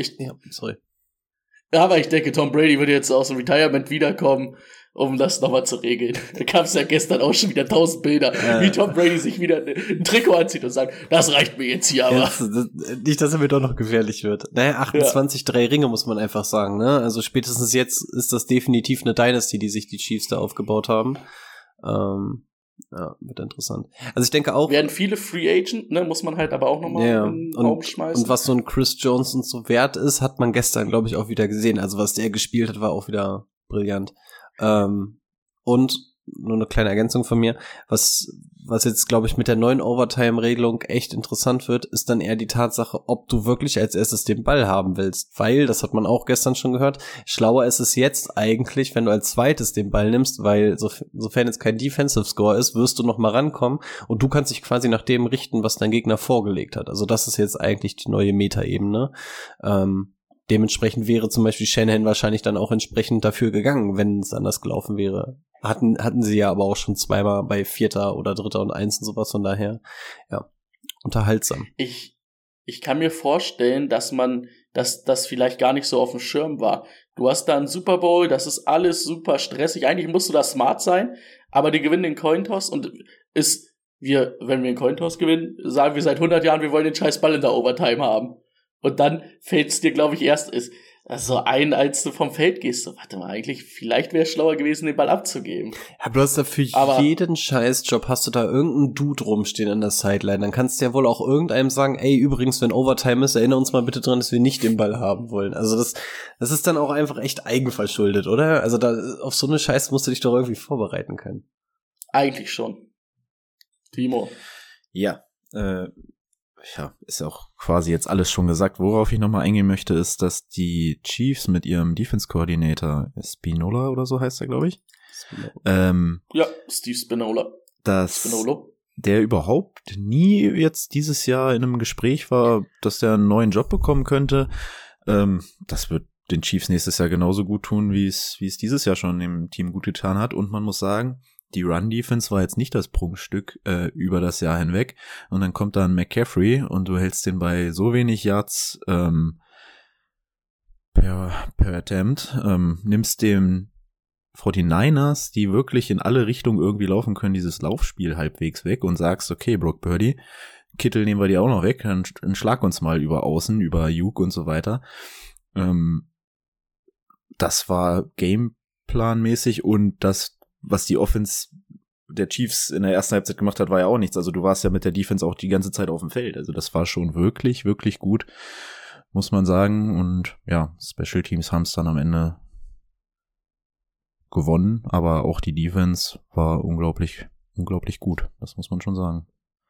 ich denke, Tom Brady würde jetzt aus dem Retirement wiederkommen, um das nochmal zu regeln. Da gab es ja gestern auch schon wieder 1000 Bilder, wie Tom Brady sich wieder ein Trikot anzieht und sagt, das reicht mir jetzt hier aber. Nicht, dass er mir doch noch gefährlich wird. Naja, 28, 3 Ringe muss man einfach sagen, ne? Also spätestens jetzt ist das definitiv eine Dynasty, die sich die Chiefs da aufgebaut haben. Ja, wird interessant. Also ich denke auch... Werden viele Free Agent, ne, muss man halt aber auch nochmal in den Raum schmeißen. Und was so ein Chris Jones und so wert ist, hat man gestern, glaube ich, auch wieder gesehen. Also was der gespielt hat, war auch wieder brillant. Und nur eine kleine Ergänzung von mir, was jetzt, glaube ich, mit der neuen Overtime-Regelung echt interessant wird, ist dann eher die Tatsache, ob du wirklich als erstes den Ball haben willst. Weil, das hat man auch gestern schon gehört, schlauer ist es jetzt eigentlich, wenn du als zweites den Ball nimmst, weil sofern jetzt kein Defensive Score ist, wirst du noch mal rankommen und du kannst dich quasi nach dem richten, was dein Gegner vorgelegt hat. Also das ist jetzt eigentlich die neue Meta-Ebene. Dementsprechend wäre zum Beispiel Shanahan wahrscheinlich dann auch entsprechend dafür gegangen, wenn es anders gelaufen wäre. Hatten sie ja aber auch schon zweimal bei 4. oder 3. und 1 und sowas, von daher, ja, unterhaltsam. Ich kann mir vorstellen, dass das vielleicht gar nicht so auf dem Schirm war. Du hast da einen Super Bowl, das ist alles super stressig. Eigentlich musst du da smart sein, aber die gewinnen den Cointoss und wenn wir den Cointoss gewinnen, sagen wir seit 100 Jahren, wir wollen den scheiß Ball in der Overtime haben. Und dann fällt es dir, glaube ich, erst als du vom Feld gehst. So, warte mal, eigentlich, vielleicht wäre es schlauer gewesen, den Ball abzugeben. Ja, du hast da für jeden Scheißjob hast du da irgendeinen Dude rumstehen an der Sideline. Dann kannst du ja wohl auch irgendeinem sagen, ey, übrigens, wenn Overtime ist, erinnere uns mal bitte dran, dass wir nicht den Ball haben wollen. Also das ist dann auch einfach echt eigenverschuldet, oder? Also auf so eine Scheiße musst du dich doch irgendwie vorbereiten können. Eigentlich schon. Timo. Ja, ist auch quasi jetzt alles schon gesagt. Worauf ich nochmal eingehen möchte, ist, dass die Chiefs mit ihrem Defense-Coordinator Spinola oder so heißt er, glaube ich. Steve Spinola. Der überhaupt nie jetzt dieses Jahr in einem Gespräch war, dass der einen neuen Job bekommen könnte. Das wird den Chiefs nächstes Jahr genauso gut tun, wie es dieses Jahr schon dem Team gut getan hat. Und man muss sagen, die Run-Defense war jetzt nicht das Prunkstück über das Jahr hinweg. Und dann kommt dann McCaffrey und du hältst den bei so wenig Yards per Attempt, nimmst dem 49ers, die wirklich in alle Richtungen irgendwie laufen können, dieses Laufspiel halbwegs weg und sagst, okay, Brock Purdy, Kittel nehmen wir dir auch noch weg, dann schlag uns mal über Außen, über Juke und so weiter. Das war Gameplan-mäßig und das, was die Offense der Chiefs in der ersten Halbzeit gemacht hat, war ja auch nichts. Also du warst ja mit der Defense auch die ganze Zeit auf dem Feld. Also das war schon wirklich, wirklich gut, muss man sagen. Und ja, Special Teams haben es dann am Ende gewonnen, aber auch die Defense war unglaublich, unglaublich gut. Das muss man schon sagen.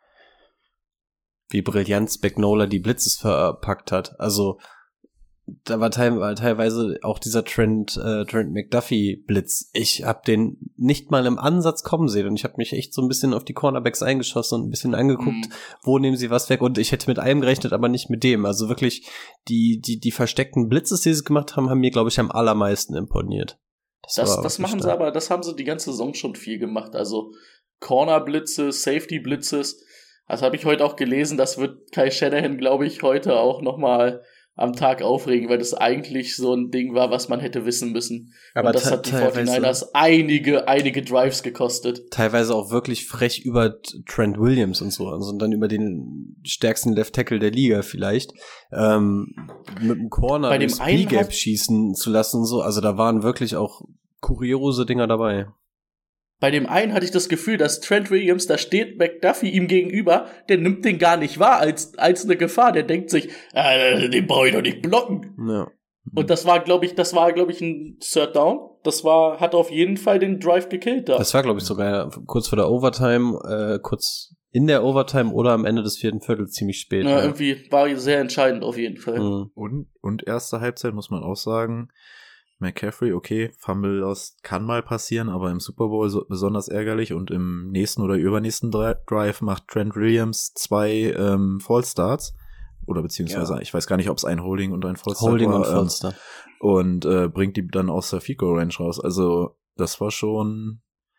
Wie brillant Spagnuolo die Blitzes verpackt hat. Also da war teilweise auch dieser Trent McDuffie-Blitz. Ich hab den nicht mal im Ansatz kommen sehen und ich habe mich echt so ein bisschen auf die Cornerbacks eingeschossen und ein bisschen angeguckt, wo nehmen sie was weg, und ich hätte mit einem gerechnet, aber nicht mit dem. Also wirklich, die versteckten Blitzes, die sie gemacht haben, haben mir, glaube ich, am allermeisten imponiert. Das machen sie aber, das haben sie die ganze Saison schon viel gemacht. Also Corner-Blitze, Safety-Blitzes. Also habe ich heute auch gelesen, das wird Kai Shanahan, glaube ich, heute auch nochmal am Tag aufregen, weil das eigentlich so ein Ding war, was man hätte wissen müssen. Aber und das hat die 49ers einige Drives gekostet. Teilweise auch wirklich frech über Trent Williams und so, also dann über den stärksten Left Tackle der Liga vielleicht, mit dem Corner bei dem Speed-Gap schießen zu lassen und so. Also da waren wirklich auch kuriose Dinger dabei. Bei dem einen hatte ich das Gefühl, dass Trent Williams, da steht McDuffie ihm gegenüber, der nimmt den gar nicht wahr als eine Gefahr. Der denkt sich, den brauche ich doch nicht blocken. Ja. Und das war, glaube ich, ein Third Down. Hat auf jeden Fall den Drive gekillt da. Das war, glaube ich, sogar kurz vor der Overtime, kurz in der Overtime oder am Ende des 4. Viertels ziemlich spät. Ja, irgendwie war sehr entscheidend auf jeden Fall. Mhm. Und erste Halbzeit muss man auch sagen, McCaffrey, okay, Fumble Loss kann mal passieren, aber im Super Bowl besonders ärgerlich, und im nächsten oder übernächsten Drive macht Trent Williams 2 Fallstarts, oder beziehungsweise, ich weiß gar nicht, ob es ein Holding und ein Fallstart Holding war. Und Fallstart. Und bringt die dann aus der Field Goal Range raus. Also, das war schon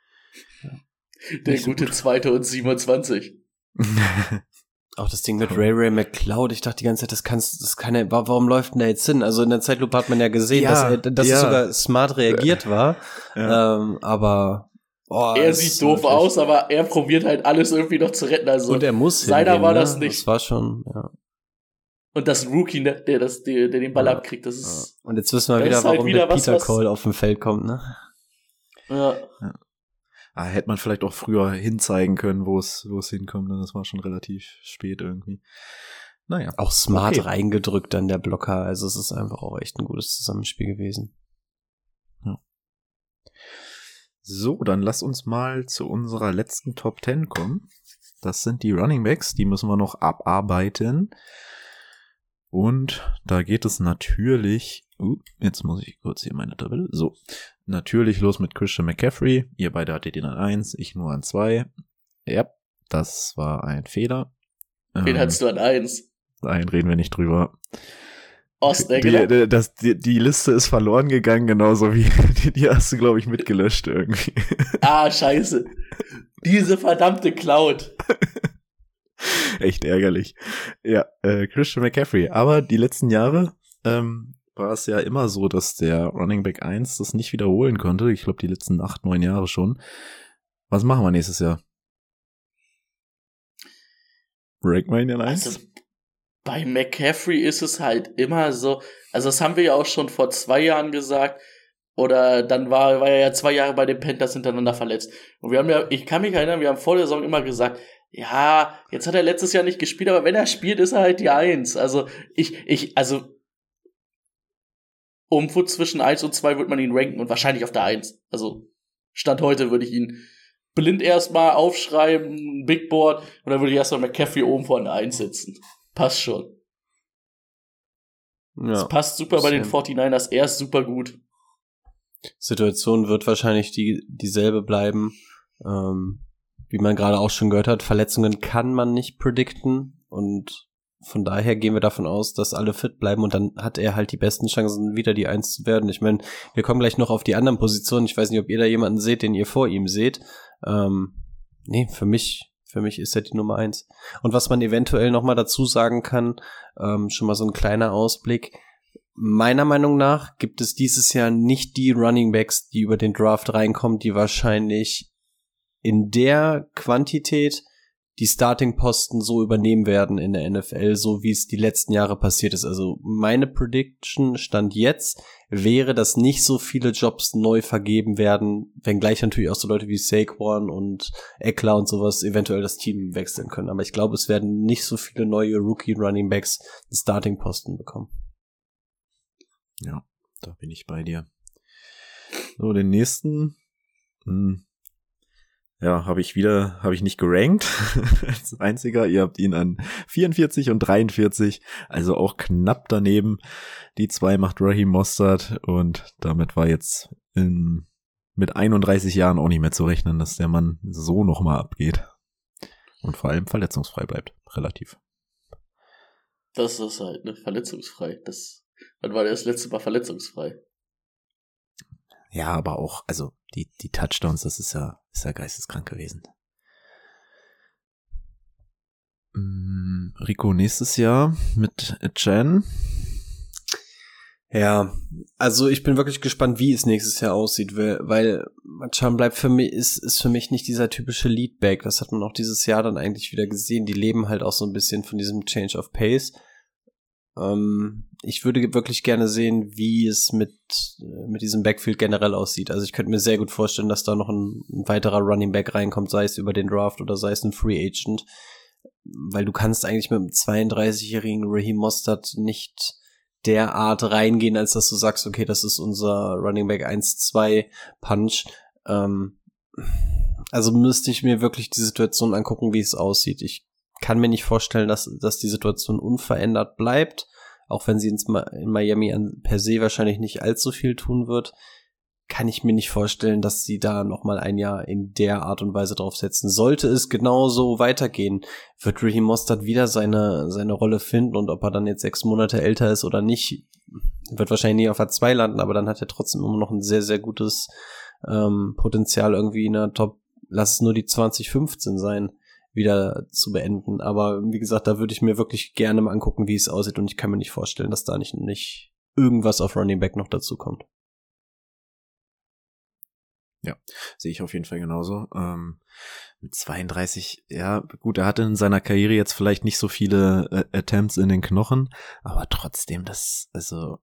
der gute 2. und 27. Auch das Ding mit Ray McCloud, ich dachte die ganze Zeit, warum läuft denn der jetzt hin? Also in der Zeitlupe hat man ja gesehen, dass es sogar smart reagiert war, aber er sieht doof aus, aber er probiert halt alles irgendwie noch zu retten. Also und er muss seiner hingehen, war das nicht. Das war schon, ja. Und das Rookie, der den Ball abkriegt, das ist. Und jetzt wissen wir wieder, warum der Peter Cole auf dem Feld kommt, ne? Ja. hätte man vielleicht auch früher hinzeigen können, wo es hinkommt. Das war schon relativ spät irgendwie. Naja. Auch smart reingedrückt dann der Blocker. Also es ist einfach auch echt ein gutes Zusammenspiel gewesen. Ja. So, dann lass uns mal zu unserer letzten Top 10 kommen. Das sind die Running Backs. Die müssen wir noch abarbeiten. Und da geht es natürlich, jetzt muss ich kurz hier meine Tabelle, so, natürlich los mit Christian McCaffrey, ihr beide hattet ihn an 1, ich nur an 2, ja, das war ein Fehler. Wen hattest du an 1? Nein, reden wir nicht drüber. Die Liste ist verloren gegangen, genauso wie die hast du, glaube ich, mitgelöscht irgendwie. Scheiße. Diese verdammte Cloud. Echt ärgerlich. Ja, Christian McCaffrey. Aber die letzten Jahre war es ja immer so, dass der Running Back 1 das nicht wiederholen konnte. Ich glaube, die letzten 8, 9 Jahre schon. Was machen wir nächstes Jahr? Rank mal ihn in 1? Also, bei McCaffrey ist es halt immer so, also das haben wir ja auch schon vor 2 Jahren gesagt, oder dann war er ja 2 Jahre bei den Panthers hintereinander verletzt. Und wir haben ja, ich kann mich erinnern, wir haben vor der Saison immer gesagt, ja, jetzt hat er letztes Jahr nicht gespielt, aber wenn er spielt, ist er halt die 1. Also, also, irgendwo zwischen 1 und 2 wird man ihn ranken und wahrscheinlich auf der 1. Also, Stand heute würde ich ihn blind erstmal aufschreiben, Big Board, und dann würde ich erstmal McCaffrey oben vor der 1 sitzen. Passt schon. Ja, das passt super bei den 49ers, er ist super gut. Situation wird wahrscheinlich dieselbe bleiben. Wie man gerade auch schon gehört hat, Verletzungen kann man nicht predikten und von daher gehen wir davon aus, dass alle fit bleiben und dann hat er halt die besten Chancen, wieder die 1 zu werden. Ich meine, wir kommen gleich noch auf die anderen Positionen. Ich weiß nicht, ob ihr da jemanden seht, den ihr vor ihm seht. Nee, für mich ist er die Nummer 1. Und was man eventuell nochmal dazu sagen kann, schon mal so ein kleiner Ausblick. Meiner Meinung nach gibt es dieses Jahr nicht die Running Backs, die über den Draft reinkommen, die wahrscheinlich in der Quantität die Starting-Posten so übernehmen werden in der NFL, so wie es die letzten Jahre passiert ist. Also meine Prediction Stand jetzt wäre, dass nicht so viele Jobs neu vergeben werden, wenngleich natürlich auch so Leute wie Saquon und Eckler und sowas eventuell das Team wechseln können. Aber ich glaube, es werden nicht so viele neue Rookie-Running-Backs den Starting-Posten bekommen. Ja, da bin ich bei dir. So, den nächsten habe ich nicht gerankt als einziger. Ihr habt ihn an 44 und 43, also auch knapp daneben. Die 2 macht Raheem Mostert und damit war jetzt mit 31 Jahren auch nicht mehr zu rechnen, dass der Mann so nochmal abgeht. Und vor allem verletzungsfrei bleibt, relativ. Das ist halt, ne, verletzungsfrei. Wann war der das letzte Mal verletzungsfrei? Ja, aber auch, also die Touchdowns, das ist ja geisteskrank gewesen. Rico, nächstes Jahr mit Chan. Ja, also ich bin wirklich gespannt, wie es nächstes Jahr aussieht, weil Chan bleibt für mich, ist für mich nicht dieser typische Leadback. Das hat man auch dieses Jahr dann eigentlich wieder gesehen. Die leben halt auch so ein bisschen von diesem Change of Pace. Ich würde wirklich gerne sehen, wie es mit diesem Backfield generell aussieht. Also ich könnte mir sehr gut vorstellen, dass da noch ein weiterer Running Back reinkommt, sei es über den Draft oder sei es ein Free Agent. Weil du kannst eigentlich mit einem 32-jährigen Raheem Mostert nicht derart reingehen, als dass du sagst, okay, das ist unser Running Back 1-2 Punch. Also müsste ich mir wirklich die Situation angucken, wie es aussieht. Ich kann mir nicht vorstellen, dass die Situation unverändert bleibt, auch wenn sie in Miami per se wahrscheinlich nicht allzu viel tun wird, kann ich mir nicht vorstellen, dass sie da nochmal ein Jahr in der Art und Weise draufsetzen. Sollte es genauso weitergehen, wird Raheem Mostert wieder seine Rolle finden und ob er dann jetzt 6 Monate älter ist oder nicht, wird wahrscheinlich nie auf A2 landen, aber dann hat er trotzdem immer noch ein sehr, sehr gutes Potenzial irgendwie in der Top, lass es nur die 2015 sein, wieder zu beenden. Aber wie gesagt, da würde ich mir wirklich gerne mal angucken, wie es aussieht und ich kann mir nicht vorstellen, dass da nicht irgendwas auf Running Back noch dazu kommt. Ja, sehe ich auf jeden Fall genauso. Mit 32, ja gut, er hatte in seiner Karriere jetzt vielleicht nicht so viele Attempts in den Knochen, aber trotzdem, dass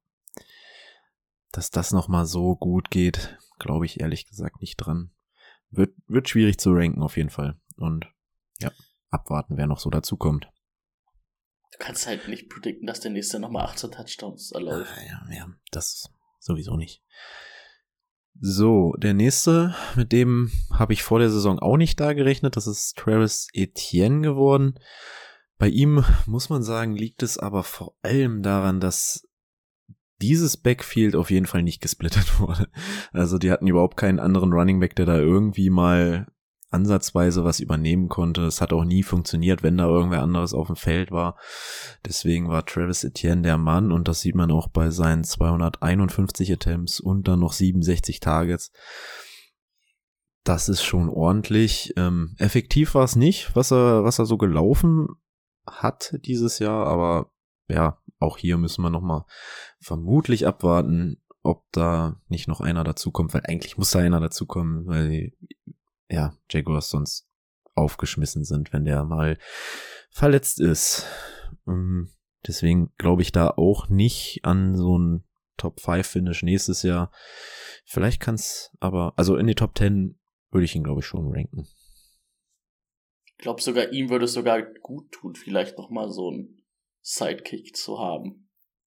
das nochmal so gut geht, glaube ich ehrlich gesagt nicht dran. wird schwierig zu ranken auf jeden Fall. Und ja, abwarten, wer noch so dazukommt. Du kannst halt nicht predikten, dass der nächste nochmal 18 Touchdowns erläuft. Ja, das sowieso nicht. So, der nächste, mit dem habe ich vor der Saison auch nicht da gerechnet, das ist Travis Etienne geworden. Bei ihm, muss man sagen, liegt es aber vor allem daran, dass dieses Backfield auf jeden Fall nicht gesplittet wurde. Also die hatten überhaupt keinen anderen Running Back, der da irgendwie mal ansatzweise was übernehmen konnte. Es hat auch nie funktioniert, wenn da irgendwer anderes auf dem Feld war. Deswegen war Travis Etienne der Mann und das sieht man auch bei seinen 251 Attempts und dann noch 67 Targets. Das ist schon ordentlich. Effektiv war es nicht, was er so gelaufen hat dieses Jahr, aber ja, auch hier müssen wir nochmal vermutlich abwarten, ob da nicht noch einer dazukommt, weil eigentlich muss da einer dazukommen, weil die Jaguars sonst aufgeschmissen sind, wenn der mal verletzt ist. Deswegen glaube ich da auch nicht an so ein Top-5-Finish nächstes Jahr. Vielleicht kann es aber, also in die Top 10 würde ich ihn, glaube ich, schon ranken. Ich glaube sogar, ihm würde es sogar gut tun, vielleicht nochmal so einen Sidekick zu haben.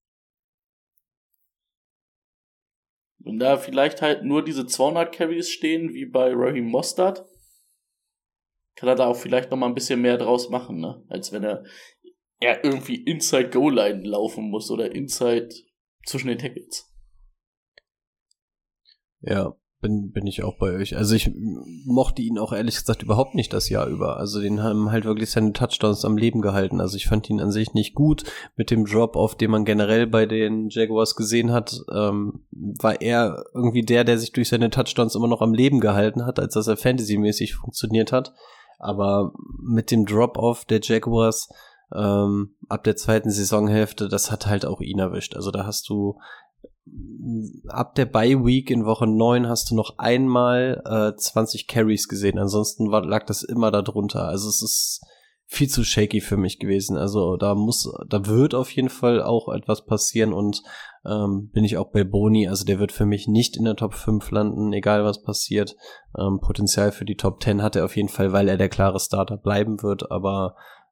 Wenn da vielleicht halt nur diese 200 Carries stehen, wie bei Raheem Mostert, kann er da auch vielleicht noch mal ein bisschen mehr draus machen, ne? Als wenn er irgendwie inside Goal-Line laufen muss oder inside zwischen den Tackles. Ja, bin ich auch bei euch. Also ich mochte ihn auch ehrlich gesagt überhaupt nicht das Jahr über. Also den haben halt wirklich seine Touchdowns am Leben gehalten. Also ich fand ihn an sich nicht gut. Mit dem Drop-Off, den man generell bei den Jaguars gesehen hat, war er irgendwie der sich durch seine Touchdowns immer noch am Leben gehalten hat, als dass er fantasymäßig funktioniert hat. Aber mit dem Drop-Off der Jaguars ab der zweiten Saisonhälfte, das hat halt auch ihn erwischt. Also da hast du ab der Bye-Week in Woche 9 hast du noch einmal 20 Carries gesehen. Ansonsten lag das immer da drunter. Also es ist viel zu shaky für mich gewesen. Also da wird auf jeden Fall auch etwas passieren und bin ich auch bei Boni. Also der wird für mich nicht in der Top 5 landen, egal was passiert. Potenzial für die Top 10 hat er auf jeden Fall, weil er der klare Starter bleiben wird. Aber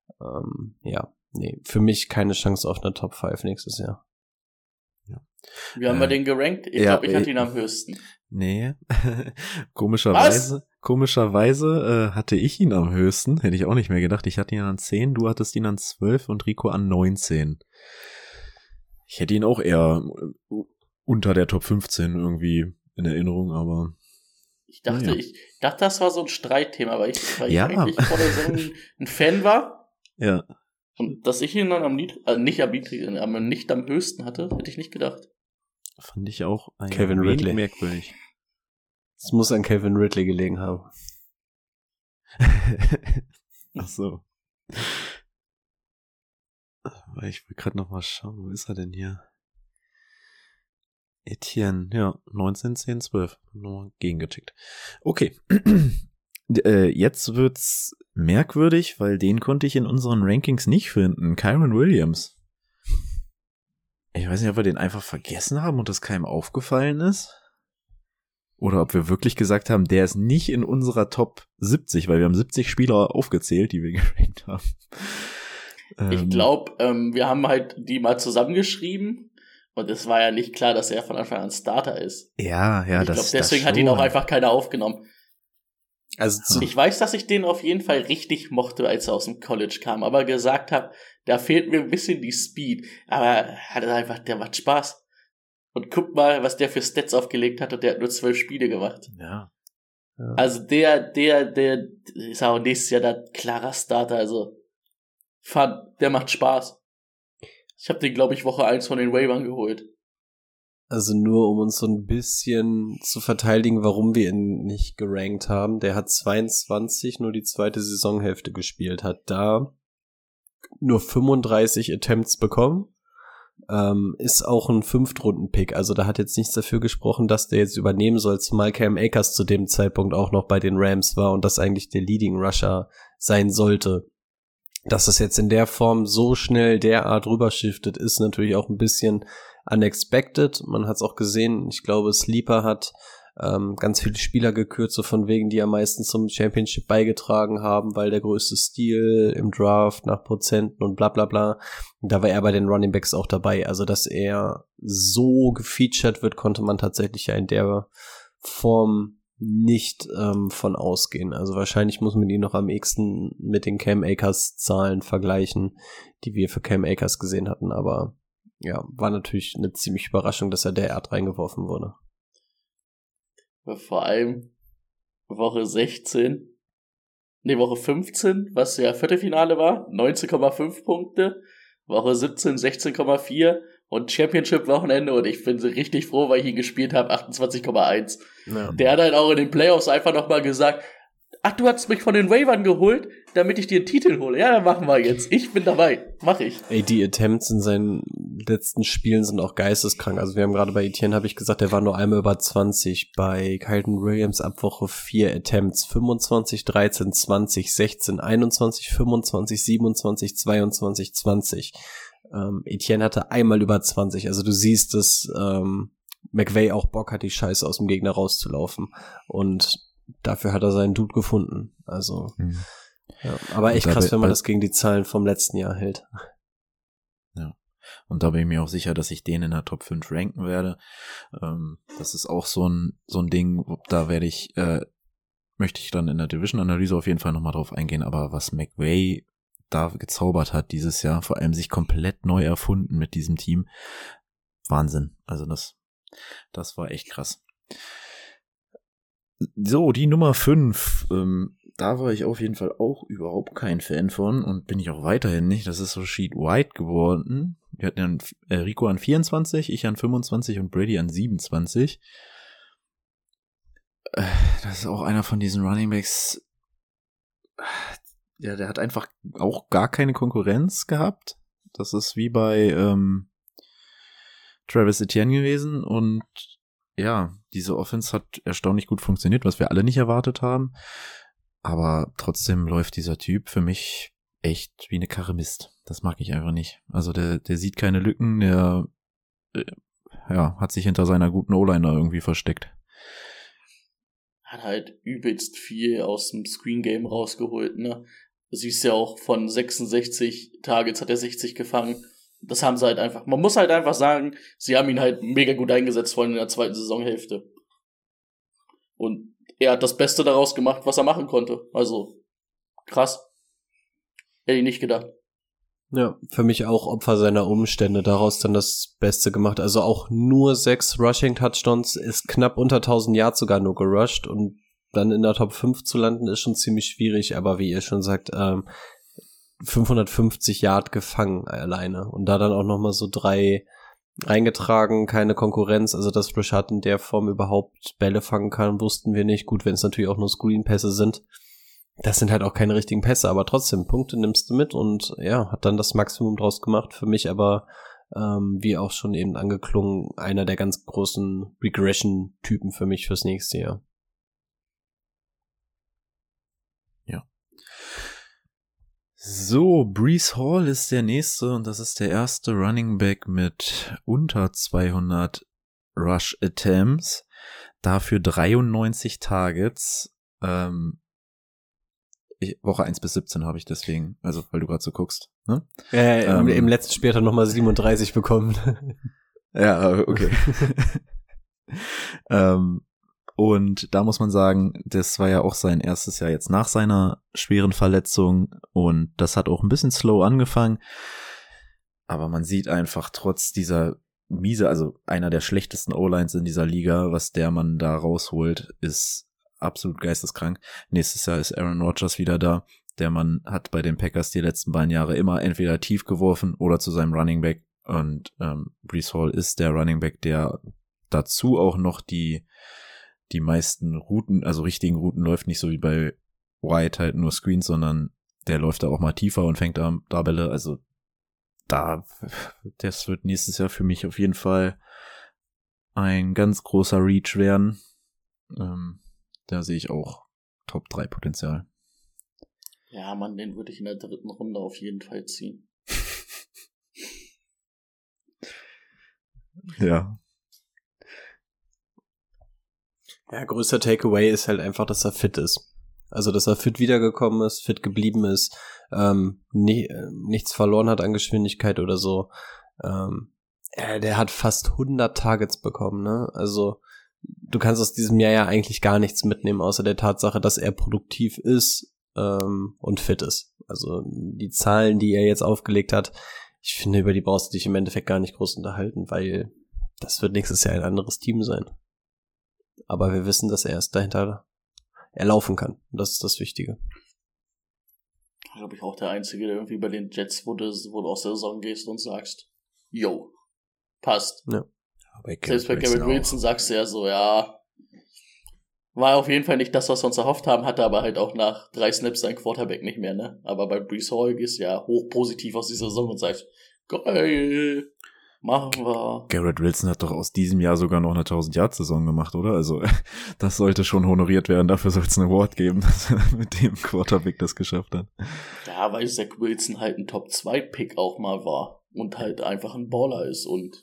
für mich keine Chance auf eine Top 5 nächstes Jahr. Wie haben wir den gerankt? Ich glaube, ich hatte ihn am höchsten. Nee, komischerweise hatte ich ihn am höchsten. Hätte ich auch nicht mehr gedacht. Ich hatte ihn an 10, du hattest ihn an 12 und Rico an 19. Ich hätte ihn auch eher unter der Top 15 irgendwie in Erinnerung, aber... Ich dachte, das war so ein Streitthema, weil ich eigentlich vor der Saison ein Fan war. Ja. Und dass ich ihn dann nicht am höchsten hatte, hätte ich nicht gedacht. Fand ich auch Kevin Ridley merkwürdig. Es muss an Kevin Ridley gelegen haben. Ach so. Ich will gerade noch mal schauen, wo ist er denn hier? Etienne, ja, 19, 10, 12. Nur gegengecheckt. Okay. Jetzt wird's merkwürdig, weil den konnte ich in unseren Rankings nicht finden. Kyren Williams. Ich weiß nicht, ob wir den einfach vergessen haben und das keinem aufgefallen ist. Oder ob wir wirklich gesagt haben, der ist nicht in unserer Top 70, weil wir haben 70 Spieler aufgezählt, die wir gerankt haben. Ich glaube, wir haben halt die mal zusammengeschrieben und es war ja nicht klar, dass er von Anfang an Starter ist. Ja, ich glaube, deswegen hat ihn auch einfach keiner aufgenommen. Also ich weiß, dass ich den auf jeden Fall richtig mochte, als er aus dem College kam, aber gesagt habe, da fehlt mir ein bisschen die Speed. Aber der macht Spaß. Und guck mal, was der für Stats aufgelegt hat und der hat nur 12 Spiele gemacht. Ja. Also der ist auch nächstes Jahr der klarer Starter, also der macht Spaß. Ich habe den, glaube ich, Woche 1 von den Waivern geholt. Also nur um uns so ein bisschen zu verteidigen, warum wir ihn nicht gerankt haben. Der hat 22 nur die zweite Saisonhälfte gespielt, hat da nur 35 Attempts bekommen. Ist auch ein 5-Runden-Pick. Also da hat jetzt nichts dafür gesprochen, dass der jetzt übernehmen soll, zumal Cam Akers zu dem Zeitpunkt auch noch bei den Rams war und das eigentlich der Leading Rusher sein sollte. Dass das jetzt in der Form so schnell derart rüberschiftet, ist natürlich auch ein bisschen unexpected. Man hat es auch gesehen, ich glaube, Sleeper hat ganz viele Spieler gekürzt, so von wegen, die am meisten zum Championship beigetragen haben, weil der größte Stil im Draft nach Prozenten und bla bla bla. Da war er bei den Running Backs auch dabei. Also, dass er so gefeatured wird, konnte man tatsächlich ja in der Form nicht von ausgehen. Also wahrscheinlich muss man ihn noch am ehesten mit den Cam Akers Zahlen vergleichen, die wir für Cam Akers gesehen hatten, aber ja, war natürlich eine ziemliche Überraschung, dass er derart reingeworfen wurde. Vor allem Woche 15, was ja Viertelfinale war, 19,5 Punkte, Woche 17 16,4 und Championship-Wochenende, und ich bin richtig froh, weil ich ihn gespielt habe, 28,1. Ja. Der hat halt auch in den Playoffs einfach nochmal gesagt, ach, du hast mich von den Waivern geholt, damit ich dir einen Titel hole. Ja, dann machen wir jetzt. Ich bin dabei. Mach ich. Ey, die Attempts in seinen letzten Spielen sind auch geisteskrank. Also wir haben gerade bei Etienne, habe ich gesagt, der war nur einmal über 20. Bei Kyleton Williams ab Woche 4 Attempts 25, 13, 20, 16, 21, 25, 27, 22, 20. Etienne hatte einmal über 20. Also du siehst, dass McVay auch Bock hat, die Scheiße aus dem Gegner rauszulaufen. Und dafür hat er seinen Dude gefunden. Also, ja. Aber echt krass, wenn man das gegen die Zahlen vom letzten Jahr hält. Ja. Und da bin ich mir auch sicher, dass ich den in der Top 5 ranken werde. Das ist auch so ein Ding, da möchte ich dann in der Division-Analyse auf jeden Fall nochmal drauf eingehen. Aber was McVay da gezaubert hat dieses Jahr, vor allem sich komplett neu erfunden mit diesem Team. Wahnsinn. Also das war echt krass. So, die Nummer 5, da war ich auf jeden Fall auch überhaupt kein Fan von und bin ich auch weiterhin nicht. Das ist Rashid White geworden. Wir hatten Rico an 24, ich an 25 und Brady an 27. Das ist auch einer von diesen Runningbacks. Ja, der hat einfach auch gar keine Konkurrenz gehabt. Das ist wie bei Travis Etienne gewesen und ja, diese Offense hat erstaunlich gut funktioniert, was wir alle nicht erwartet haben. Aber trotzdem läuft dieser Typ für mich echt wie eine Karre Mist. Das mag ich einfach nicht. Also der sieht keine Lücken, der hat sich hinter seiner guten O-Line irgendwie versteckt. Hat halt übelst viel aus dem Screen-Game rausgeholt, ne? Du siehst ja auch, von 66 Targets hat er 60 gefangen. Das haben sie halt einfach. Man muss halt einfach sagen, sie haben ihn halt mega gut eingesetzt, vor allem in der zweiten Saisonhälfte. Und er hat das Beste daraus gemacht, was er machen konnte. Also, krass. Hätte ich nicht gedacht. Ja, für mich auch Opfer seiner Umstände, daraus dann das Beste gemacht. Also auch nur 6 Rushing-Touchdowns, ist knapp unter 1000 Yards sogar nur gerusht, und dann in der Top 5 zu landen ist schon ziemlich schwierig, aber wie ihr schon sagt, 550 Yard gefangen alleine und da dann auch nochmal so 3 reingetragen, keine Konkurrenz, also dass Rashad in der Form überhaupt Bälle fangen kann, wussten wir nicht. Gut, wenn es natürlich auch nur Screen-Pässe sind, das sind halt auch keine richtigen Pässe, aber trotzdem, Punkte nimmst du mit und ja, hat dann das Maximum draus gemacht, für mich aber, wie auch schon eben angeklungen, einer der ganz großen Regression-Typen für mich fürs nächste Jahr. So, Breece Hall ist der nächste und das ist der erste Running Back mit unter 200 Rush Attempts, dafür 93 Targets. Woche 1 bis 17 habe ich deswegen, also weil du gerade so guckst. Ne? Im letzten Spiel hat er nochmal 37 bekommen. Ja, okay. Und da muss man sagen, das war ja auch sein erstes Jahr jetzt nach seiner schweren Verletzung und das hat auch ein bisschen slow angefangen, aber man sieht einfach trotz dieser also einer der schlechtesten O-Lines in dieser Liga, was der Mann da rausholt, ist absolut geisteskrank. Nächstes Jahr ist Aaron Rodgers wieder da. Der Mann hat bei den Packers die letzten beiden Jahre immer entweder tief geworfen oder zu seinem Running Back und Breece Hall ist der Running Back, der dazu auch noch die meisten Routen, also richtigen Routen läuft, nicht so wie bei White halt nur Screens, sondern der läuft da auch mal tiefer und fängt da Bälle, also das wird nächstes Jahr für mich auf jeden Fall ein ganz großer Reach werden. Da sehe ich auch Top 3 Potenzial. Ja, Mann, den würde ich in der 3. Runde auf jeden Fall ziehen. Ja. Ja, größter Takeaway ist halt einfach, dass er fit ist. Also, dass er fit wiedergekommen ist, fit geblieben ist, nichts verloren hat an Geschwindigkeit oder so. Der hat fast 100 Targets bekommen, ne? Also, du kannst aus diesem Jahr ja eigentlich gar nichts mitnehmen, außer der Tatsache, dass er produktiv ist und fit ist. Also, die Zahlen, die er jetzt aufgelegt hat, ich finde, über die brauchst du dich im Endeffekt gar nicht groß unterhalten, weil das wird nächstes Jahr ein anderes Team sein. Aber wir wissen, dass er erst dahinter laufen kann. Und das ist das Wichtige. Ich glaube, ich auch der Einzige, der irgendwie bei den Jets, wo du aus der Saison gehst und sagst, yo, passt. Ja. Selbst bei Garrett Wilson sagst du ja so, ja, war auf jeden Fall nicht das, was wir uns erhofft haben, hatte aber halt auch nach 3 Snaps sein Quarterback nicht mehr, ne? Aber bei Breece Hall gehst du ja hoch positiv aus dieser Saison und sagst, geil, machen wir. Garrett Wilson hat doch aus diesem Jahr sogar noch eine 1000-Yard-Saison gemacht, oder? Also, das sollte schon honoriert werden. Dafür soll es einen Award geben, dass er mit dem Quarterback das geschafft hat. Ja, weil Zach Wilson halt ein Top-2-Pick auch mal war und halt einfach ein Baller ist und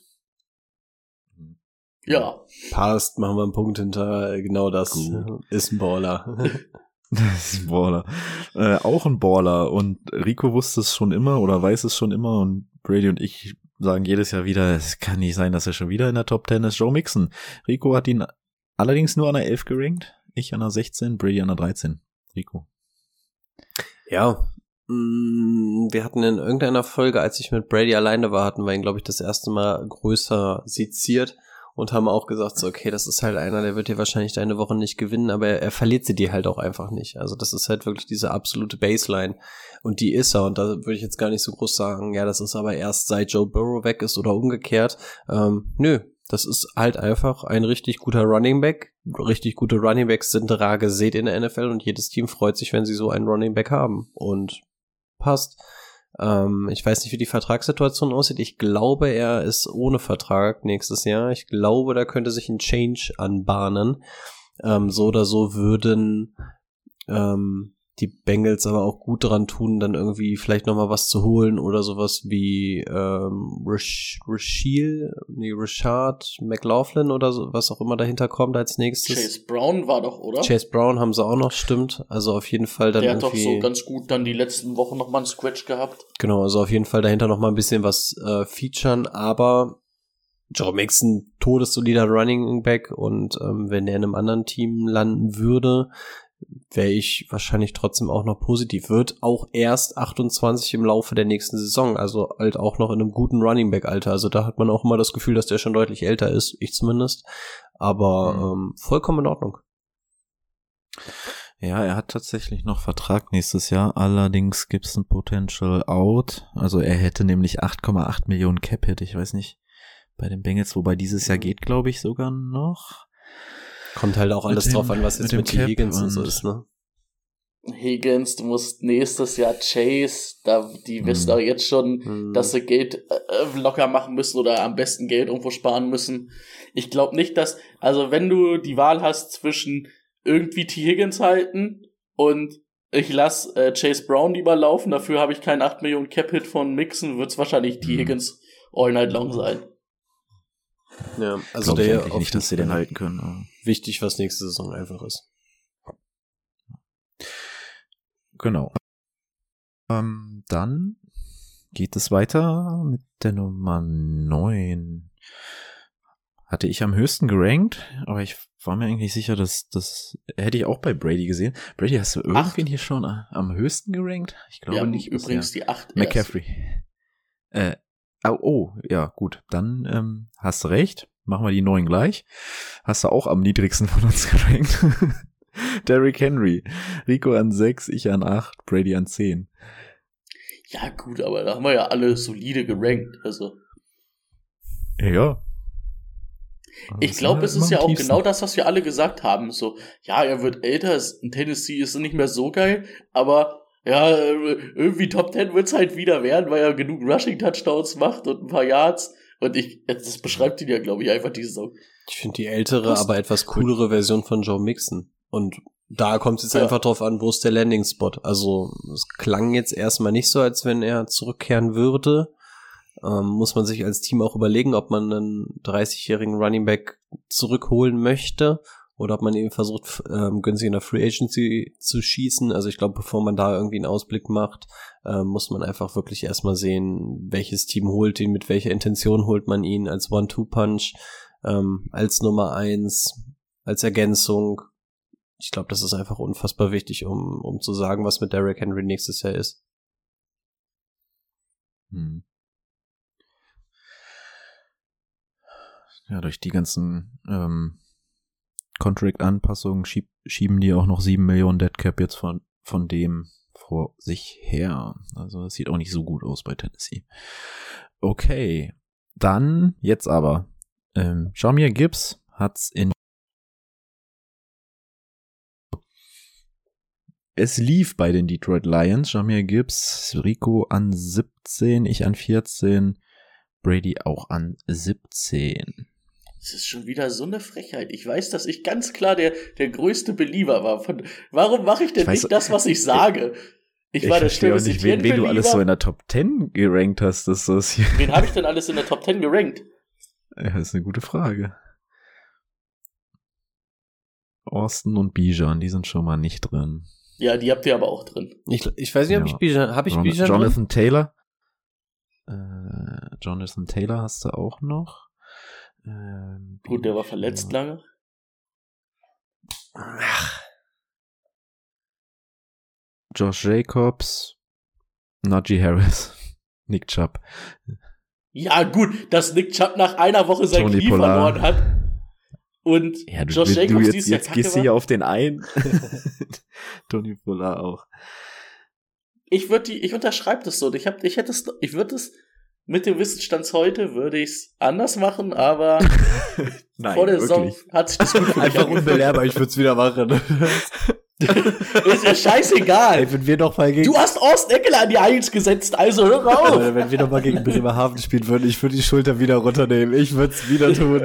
ja. Passt, machen wir einen Punkt hinter, genau das. Gut. Ist ein Baller. Das ist ein Baller. Auch ein Baller und Rico wusste es schon immer oder weiß es schon immer und Brady und ich sagen jedes Jahr wieder, es kann nicht sein, dass er schon wieder in der Top 10 ist. Joe Mixon. Rico hat ihn allerdings nur an der 11 gerankt, ich an der 16, Brady an der 13. Rico. Ja, wir hatten in irgendeiner Folge, als ich mit Brady alleine war, hatten wir ihn, glaube ich, das erste Mal größer seziert und haben auch gesagt, so, okay, das ist halt einer, der wird dir wahrscheinlich deine Woche nicht gewinnen, aber er verliert sie dir halt auch einfach nicht. Also das ist halt wirklich diese absolute Baseline und die ist er und da würde ich jetzt gar nicht so groß sagen, ja, das ist aber erst seit Joe Burrow weg ist oder umgekehrt. Nö, das ist halt einfach ein richtig guter Running Back. Richtig gute Running Backs sind rar gesät in der NFL und jedes Team freut sich, wenn sie so einen Running Back haben und passt. Ich weiß nicht, wie die Vertragssituation aussieht. Ich glaube, er ist ohne Vertrag nächstes Jahr. Ich glaube, da könnte sich ein Change anbahnen. So oder so würden die Bengals aber auch gut dran tun, dann irgendwie vielleicht nochmal was zu holen oder sowas wie Rashard McLaughlin oder so, was auch immer dahinter kommt als nächstes. Chase Brown war doch, oder? Chase Brown haben sie auch noch, stimmt. Also auf jeden Fall dann der hat doch so ganz gut dann die letzten Wochen nochmal einen Scratch gehabt. Genau, also auf jeden Fall dahinter nochmal ein bisschen was featuren, aber Joe Mixon, todessolider Running Back und wenn der in einem anderen Team landen würde, wäre ich wahrscheinlich trotzdem auch noch positiv. Wird auch erst 28 im Laufe der nächsten Saison, also halt auch noch in einem guten Running Back Alter. Also da hat man auch immer das Gefühl, dass der schon deutlich älter ist, ich zumindest. Aber vollkommen in Ordnung. Ja, er hat tatsächlich noch Vertrag nächstes Jahr, allerdings gibt's ein Potential Out. Also er hätte nämlich 8,8 Millionen Cap-Hit, ich weiß nicht, bei den Bengals, wobei dieses Jahr geht, glaube ich, sogar noch. Kommt halt auch alles drauf an, was jetzt mit T. Higgins und so ist, ne? Higgins, du musst nächstes Jahr Chase, die wissen auch jetzt schon, dass sie Geld locker machen müssen oder am besten Geld irgendwo sparen müssen. Ich glaube nicht, dass, also wenn du die Wahl hast zwischen irgendwie T. Higgins halten und ich lass Chase Brown lieber laufen, dafür habe ich keinen 8 Millionen Cap-Hit von Mixon, wird's wahrscheinlich T. Higgins all night long sein. Ja, also der ich nicht, dass sie den halten können. Aber wichtig, was nächste Saison einfach ist. Genau. Dann geht es weiter mit der Nummer 9. Hatte ich am höchsten gerankt, aber ich war mir eigentlich sicher, dass das hätte ich auch bei Brady gesehen. Brady, hast du irgendwen hier schon am höchsten gerankt? Ich glaube nicht. Übrigens die 8 McCaffrey. Ja, gut. Dann hast du recht. Machen wir die 9 gleich. Hast du auch am niedrigsten von uns gerankt. Derrick Henry. Rico an 6, ich an 8, Brady an 10. Ja gut, aber da haben wir ja alle solide gerankt. Also. Ja. Ich glaube, es ist ja auch genau das, was wir alle gesagt haben. So, ja, er wird älter, in Tennessee ist es nicht mehr so geil, aber ja, irgendwie Top 10 wird's halt wieder werden, weil er genug Rushing-Touchdowns macht und ein paar Yards. Und das beschreibt ihn ja, glaube ich, einfach diese Saison. Ich finde die ältere, aber etwas coolere Version von Joe Mixon. Und da kommt es jetzt einfach drauf an, wo ist der Landing-Spot. Also es klang jetzt erstmal nicht so, als wenn er zurückkehren würde. Muss man sich als Team auch überlegen, ob man einen 30-jährigen Running Back zurückholen möchte oder ob man eben versucht, günstig in der Free Agency zu schießen. Also ich glaube, bevor man da irgendwie einen Ausblick macht, muss man einfach wirklich erstmal sehen, welches Team holt ihn, mit welcher Intention holt man ihn als One-Two-Punch, als Nummer 1, als Ergänzung. Ich glaube, das ist einfach unfassbar wichtig, um zu sagen, was mit Derrick Henry nächstes Jahr ist. Ja, durch die ganzen Contract-Anpassungen schieben die auch noch 7 Millionen Deadcap jetzt von dem vor sich her. Also das sieht auch nicht so gut aus bei Tennessee. Okay, dann jetzt aber. Jahmyr Gibbs hat's Es lief bei den Detroit Lions. Jahmyr Gibbs, Rico an 17, ich an 14, Brady auch an 17. Das ist schon wieder so eine Frechheit. Ich weiß, dass ich ganz klar der größte Believer war. Warum mache ich denn nicht das, was ich sage? Ich war der Travis Etienne wen du alles so in der Top 10 gerankt hast. Wen habe ich denn alles in der Top 10 gerankt? Ja, das ist eine gute Frage. Austin und Bijan, die sind schon mal nicht drin. Ja, die habt ihr aber auch drin. Ich weiß nicht, ob ich Bijan Jonathan Taylor. Jonathan Taylor hast du auch noch. Gut, der war verletzt lange. Josh Jacobs, Najee Harris, Nick Chubb. Ja, gut, dass Nick Chubb nach einer Woche sein Knie verloren hat. Und ja, Josh Jacobs dieses Jahr jetzt gehst du hier auf den ein. Tony Pollard auch. Ich unterschreibe das so. Ich würde es mit dem Wissensstand heute würde ich es anders machen, aber nein, vor der wirklich. Saison hat sich das gut für mich einfach unbelehrbar, ich würde es wieder machen. Ist ja scheißegal. Ey, wenn wir noch mal gegen du hast Austin Eckler an die 1 gesetzt, also hör auf. Wenn wir noch mal gegen Bremerhaven spielen würden, ich würde die Schulter wieder runternehmen. Ich würde es wieder tun.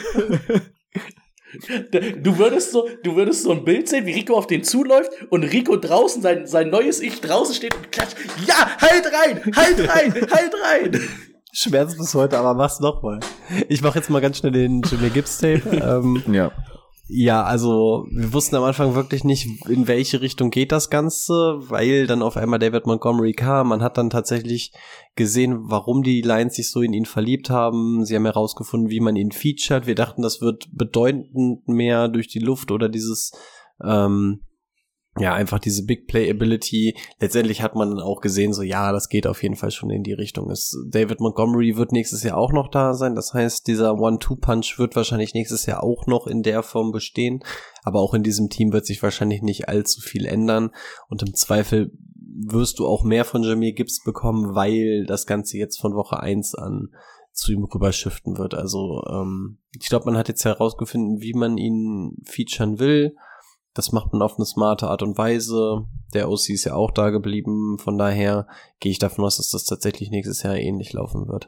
Du würdest so ein Bild sehen, wie Rico auf den zuläuft und Rico draußen, sein neues Ich draußen steht und klatscht. Ja, halt rein. Schmerz bis heute, aber mach's noch mal. Ich mach jetzt mal ganz schnell den Jahmyr Gibbs Tape. Ja. Ja, also wir wussten am Anfang wirklich nicht, in welche Richtung geht das Ganze, weil dann auf einmal David Montgomery kam. Man hat dann tatsächlich gesehen, warum die Lions sich so in ihn verliebt haben. Sie haben herausgefunden, wie man ihn featured. Wir dachten, das wird bedeutend mehr durch die Luft oder dieses einfach diese Big Play Ability. Letztendlich hat man dann auch gesehen, so ja, das geht auf jeden Fall schon in die Richtung. David Montgomery wird nächstes Jahr auch noch da sein. Das heißt, dieser One-Two-Punch wird wahrscheinlich nächstes Jahr auch noch in der Form bestehen. Aber auch in diesem Team wird sich wahrscheinlich nicht allzu viel ändern. Und im Zweifel wirst du auch mehr von Jahmyr Gibbs bekommen, weil das Ganze jetzt von Woche 1 an zu ihm rüberschiften wird. Also ich glaube, man hat jetzt herausgefunden, wie man ihn featuren will. Das macht man auf eine smarte Art und Weise. Der OC ist ja auch da geblieben. Von daher gehe ich davon aus, dass das tatsächlich nächstes Jahr ähnlich laufen wird.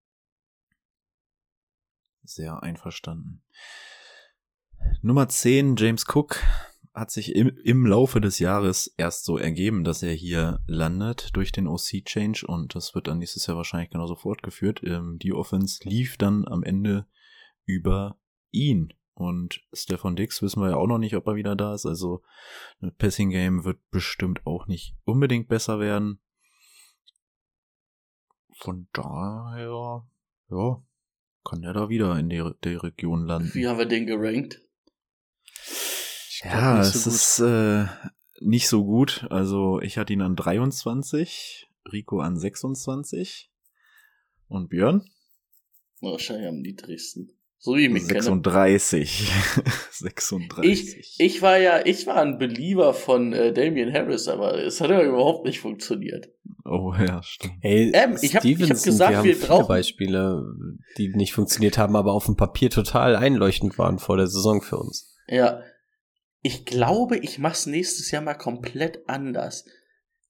Sehr einverstanden. Nummer 10, James Cook, hat sich im Laufe des Jahres erst so ergeben, dass er hier landet durch den OC-Change und das wird dann nächstes Jahr wahrscheinlich genauso fortgeführt. Die Offense lief dann am Ende über ihn. Und Stefon Diggs wissen wir ja auch noch nicht, ob er wieder da ist. Also ein Passing Game wird bestimmt auch nicht unbedingt besser werden. Von daher, ja, kann der da wieder in der Region landen. Wie haben wir den gerankt? Ja, es ist nicht so gut. Also ich hatte ihn an 23, Rico an 26 und Björn? Wahrscheinlich am niedrigsten. So wie ich mich 36. kenne. 36. Ich war ein Believer von Damian Harris, aber es hat ja überhaupt nicht funktioniert. Oh ja, stimmt. Hey, ich hab gesagt, wir brauchen viele Beispiele, die nicht funktioniert haben, aber auf dem Papier total einleuchtend waren vor der Saison für uns. Ja. Ich glaube, ich mach's nächstes Jahr mal komplett anders.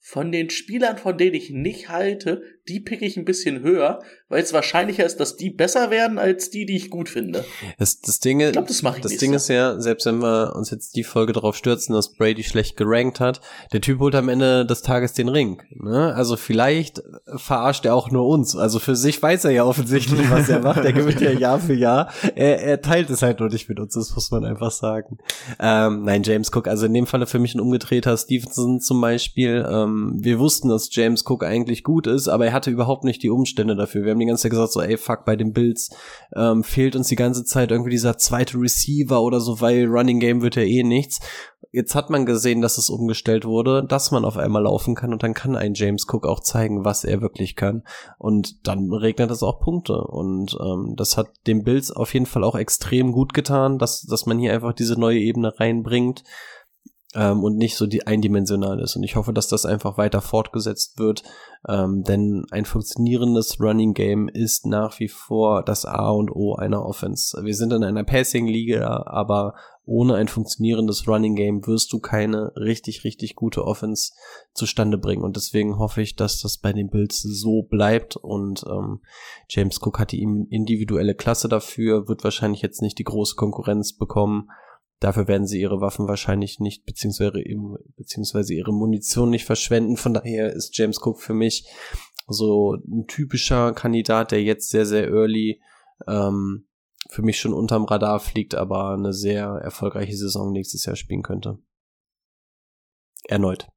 von den Spielern, von denen ich nicht halte, die picke ich ein bisschen höher, weil es wahrscheinlicher ist, dass die besser werden, als die ich gut finde. Das Ding ist, das Ding ist ja, selbst wenn wir uns jetzt die Folge darauf stürzen, dass Brady schlecht gerankt hat, der Typ holt am Ende des Tages den Ring. Ne? Also vielleicht verarscht er auch nur uns. Also für sich weiß er ja offensichtlich, was er macht. Er gewinnt ja Jahr für Jahr. Er teilt es halt nur nicht mit uns, das muss man einfach sagen. Nein, James Cook, also in dem Falle für mich ein umgedrehter Stevenson zum Beispiel. Wir wussten, dass James Cook eigentlich gut ist, aber er hatte überhaupt nicht die Umstände dafür. Wir haben die ganze Zeit gesagt, so ey, fuck, bei den Bills fehlt uns die ganze Zeit irgendwie dieser zweite Receiver oder so, weil Running Game wird ja eh nichts. Jetzt hat man gesehen, dass es umgestellt wurde, dass man auf einmal laufen kann und dann kann ein James Cook auch zeigen, was er wirklich kann. Und dann regnet es auch Punkte. Und das hat den Bills auf jeden Fall auch extrem gut getan, dass man hier einfach diese neue Ebene reinbringt. Und nicht so eindimensional ist. Und ich hoffe, dass das einfach weiter fortgesetzt wird, denn ein funktionierendes Running Game ist nach wie vor das A und O einer Offense. Wir sind in einer Passing-Liga, aber ohne ein funktionierendes Running Game wirst du keine richtig, richtig gute Offense zustande bringen. Und deswegen hoffe ich, dass das bei den Bills so bleibt. Und James Cook hat die individuelle Klasse dafür, wird wahrscheinlich jetzt nicht die große Konkurrenz bekommen. Dafür werden sie ihre Waffen wahrscheinlich nicht, beziehungsweise ihre Munition nicht verschwenden. Von daher ist James Cook für mich so ein typischer Kandidat, der jetzt sehr, sehr early für mich schon unterm Radar fliegt, aber eine sehr erfolgreiche Saison nächstes Jahr spielen könnte. Erneut.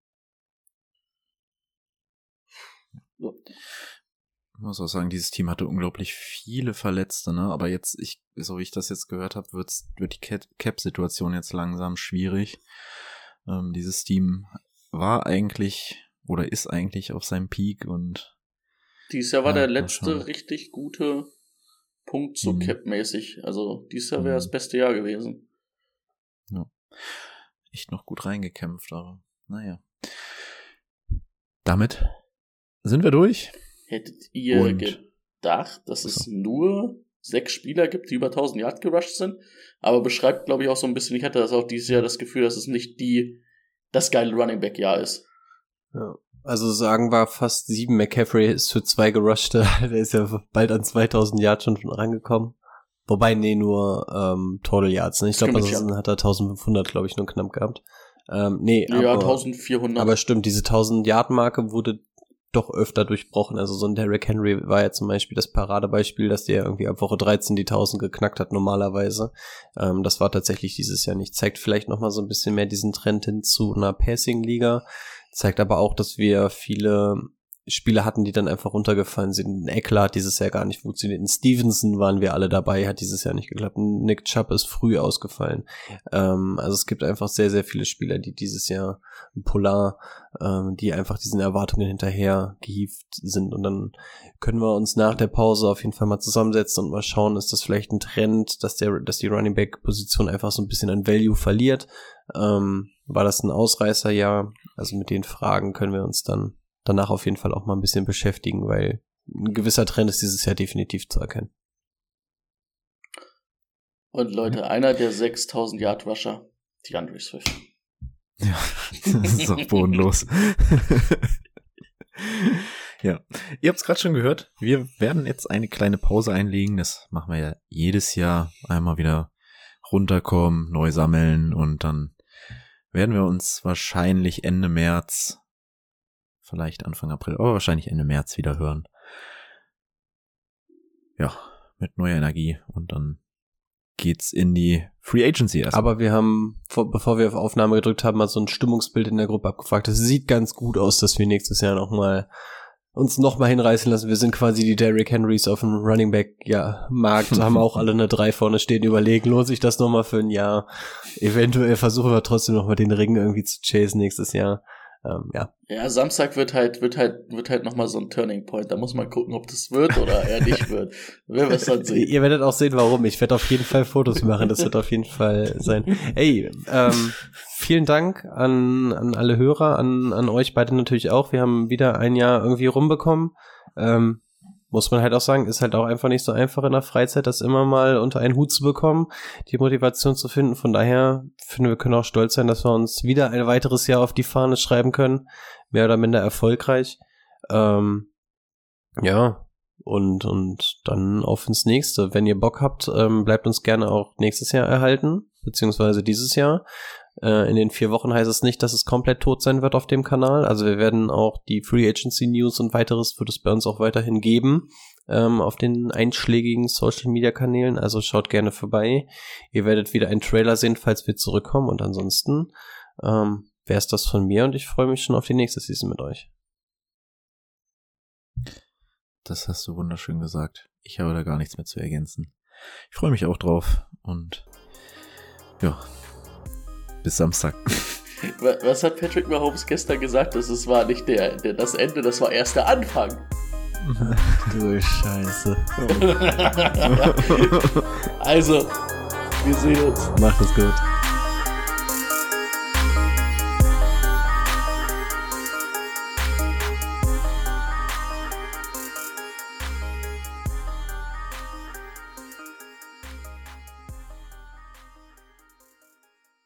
Ich muss auch sagen, dieses Team hatte unglaublich viele Verletzte, ne? Aber jetzt, so wie ich das jetzt gehört habe, wird die Cap-Situation jetzt langsam schwierig. Dieses Team war eigentlich oder ist eigentlich auf seinem Peak und dieses Jahr war der letzte richtig gute Punkt so Cap-mäßig. Also dieses Jahr wäre das beste Jahr gewesen. Ja. Echt noch gut reingekämpft, aber naja. Damit sind wir durch. Hättet ihr gedacht, dass es nur 6 Spieler gibt, die über 1000 Yards gerusht sind? Aber beschreibt, glaube ich, auch so ein bisschen, ich hatte das auch dieses Jahr das Gefühl, dass es nicht das geile Running-Back-Jahr ist. Ja, also sagen wir fast 7. McCaffrey ist für 2 gerushte. Der ist ja bald an 2000 Yards schon rangekommen. Wobei, nur Total Yards. Ne? Ich glaube, also hat er 1500, glaube ich, nur knapp gehabt. Ja, 1400. Aber stimmt, diese 1000-Yard-Marke wurde doch öfter durchbrochen. Also so ein Derrick Henry war ja zum Beispiel das Paradebeispiel, dass der irgendwie ab Woche 13 die 1000 geknackt hat normalerweise. Das war tatsächlich dieses Jahr nicht. Zeigt vielleicht nochmal so ein bisschen mehr diesen Trend hin zu einer Passing-Liga. Zeigt aber auch, dass wir viele Spieler hatten, die dann einfach runtergefallen sind. Eckler hat dieses Jahr gar nicht funktioniert. In Stevenson waren wir alle dabei, hat dieses Jahr nicht geklappt. Nick Chubb ist früh ausgefallen. Also es gibt einfach sehr, sehr viele Spieler, die dieses Jahr polar, die einfach diesen Erwartungen hinterher gehievt sind. Und dann können wir uns nach der Pause auf jeden Fall mal zusammensetzen und mal schauen, ist das vielleicht ein Trend, dass die Running Back Position einfach so ein bisschen an Value verliert. War das ein Ausreißerjahr? Also mit den Fragen können wir uns dann danach auf jeden Fall auch mal ein bisschen beschäftigen, weil ein gewisser Trend ist dieses Jahr definitiv zu erkennen. Und Leute, einer der 6000 Yard Rusher, DeAndre Swift. Ja, das ist auch bodenlos. Ja, ihr habt es gerade schon gehört. Wir werden jetzt eine kleine Pause einlegen. Das machen wir ja jedes Jahr. Einmal wieder runterkommen, neu sammeln und dann werden wir uns wahrscheinlich Ende März, vielleicht Anfang April, aber wahrscheinlich Ende März wieder hören. Ja, mit neuer Energie und dann geht's in die Free Agency erst. Aber wir haben, bevor wir auf Aufnahme gedrückt haben, mal so ein Stimmungsbild in der Gruppe abgefragt. Es sieht ganz gut aus, dass wir nächstes Jahr uns nochmal hinreißen lassen. Wir sind quasi die Derrick Henrys auf dem Running Back, Markt, haben auch alle eine 3 vorne stehen, überlegen, lohnt sich das nochmal für ein Jahr? Eventuell versuchen wir trotzdem nochmal den Ring irgendwie zu chasen nächstes Jahr. Ja, Samstag wird halt nochmal so ein Turning Point. Da muss man gucken, ob das wird oder er nicht wird. Wir werden dann sehen. Ihr werdet auch sehen, warum. Ich werde auf jeden Fall Fotos machen. Das wird auf jeden Fall sein. Hey, vielen Dank an alle Hörer, an euch beide natürlich auch. Wir haben wieder ein Jahr irgendwie rumbekommen. muss man halt auch sagen, ist halt auch einfach nicht so einfach in der Freizeit, das immer mal unter einen Hut zu bekommen, die Motivation zu finden. Von daher finde wir können auch stolz sein, dass wir uns wieder ein weiteres Jahr auf die Fahne schreiben können, mehr oder minder erfolgreich. Ja, und dann auf ins nächste. Wenn ihr Bock habt, bleibt uns gerne auch nächstes Jahr erhalten, beziehungsweise dieses Jahr. In den 4 Wochen heißt es nicht, dass es komplett tot sein wird auf dem Kanal. Also wir werden auch die Free Agency News und weiteres wird es bei uns auch weiterhin geben auf den einschlägigen Social Media Kanälen. Also schaut gerne vorbei. Ihr werdet wieder einen Trailer sehen, falls wir zurückkommen. Und ansonsten wäre es das von mir und ich freue mich schon auf die nächste Season mit euch. Das hast du wunderschön gesagt. Ich habe da gar nichts mehr zu ergänzen. Ich freue mich auch drauf und ja, bis Samstag. Was hat Patrick Mahomes gestern gesagt? Das war nicht das Ende, das war erst der Anfang. Du Scheiße. Also, wir sehen uns. Macht es gut.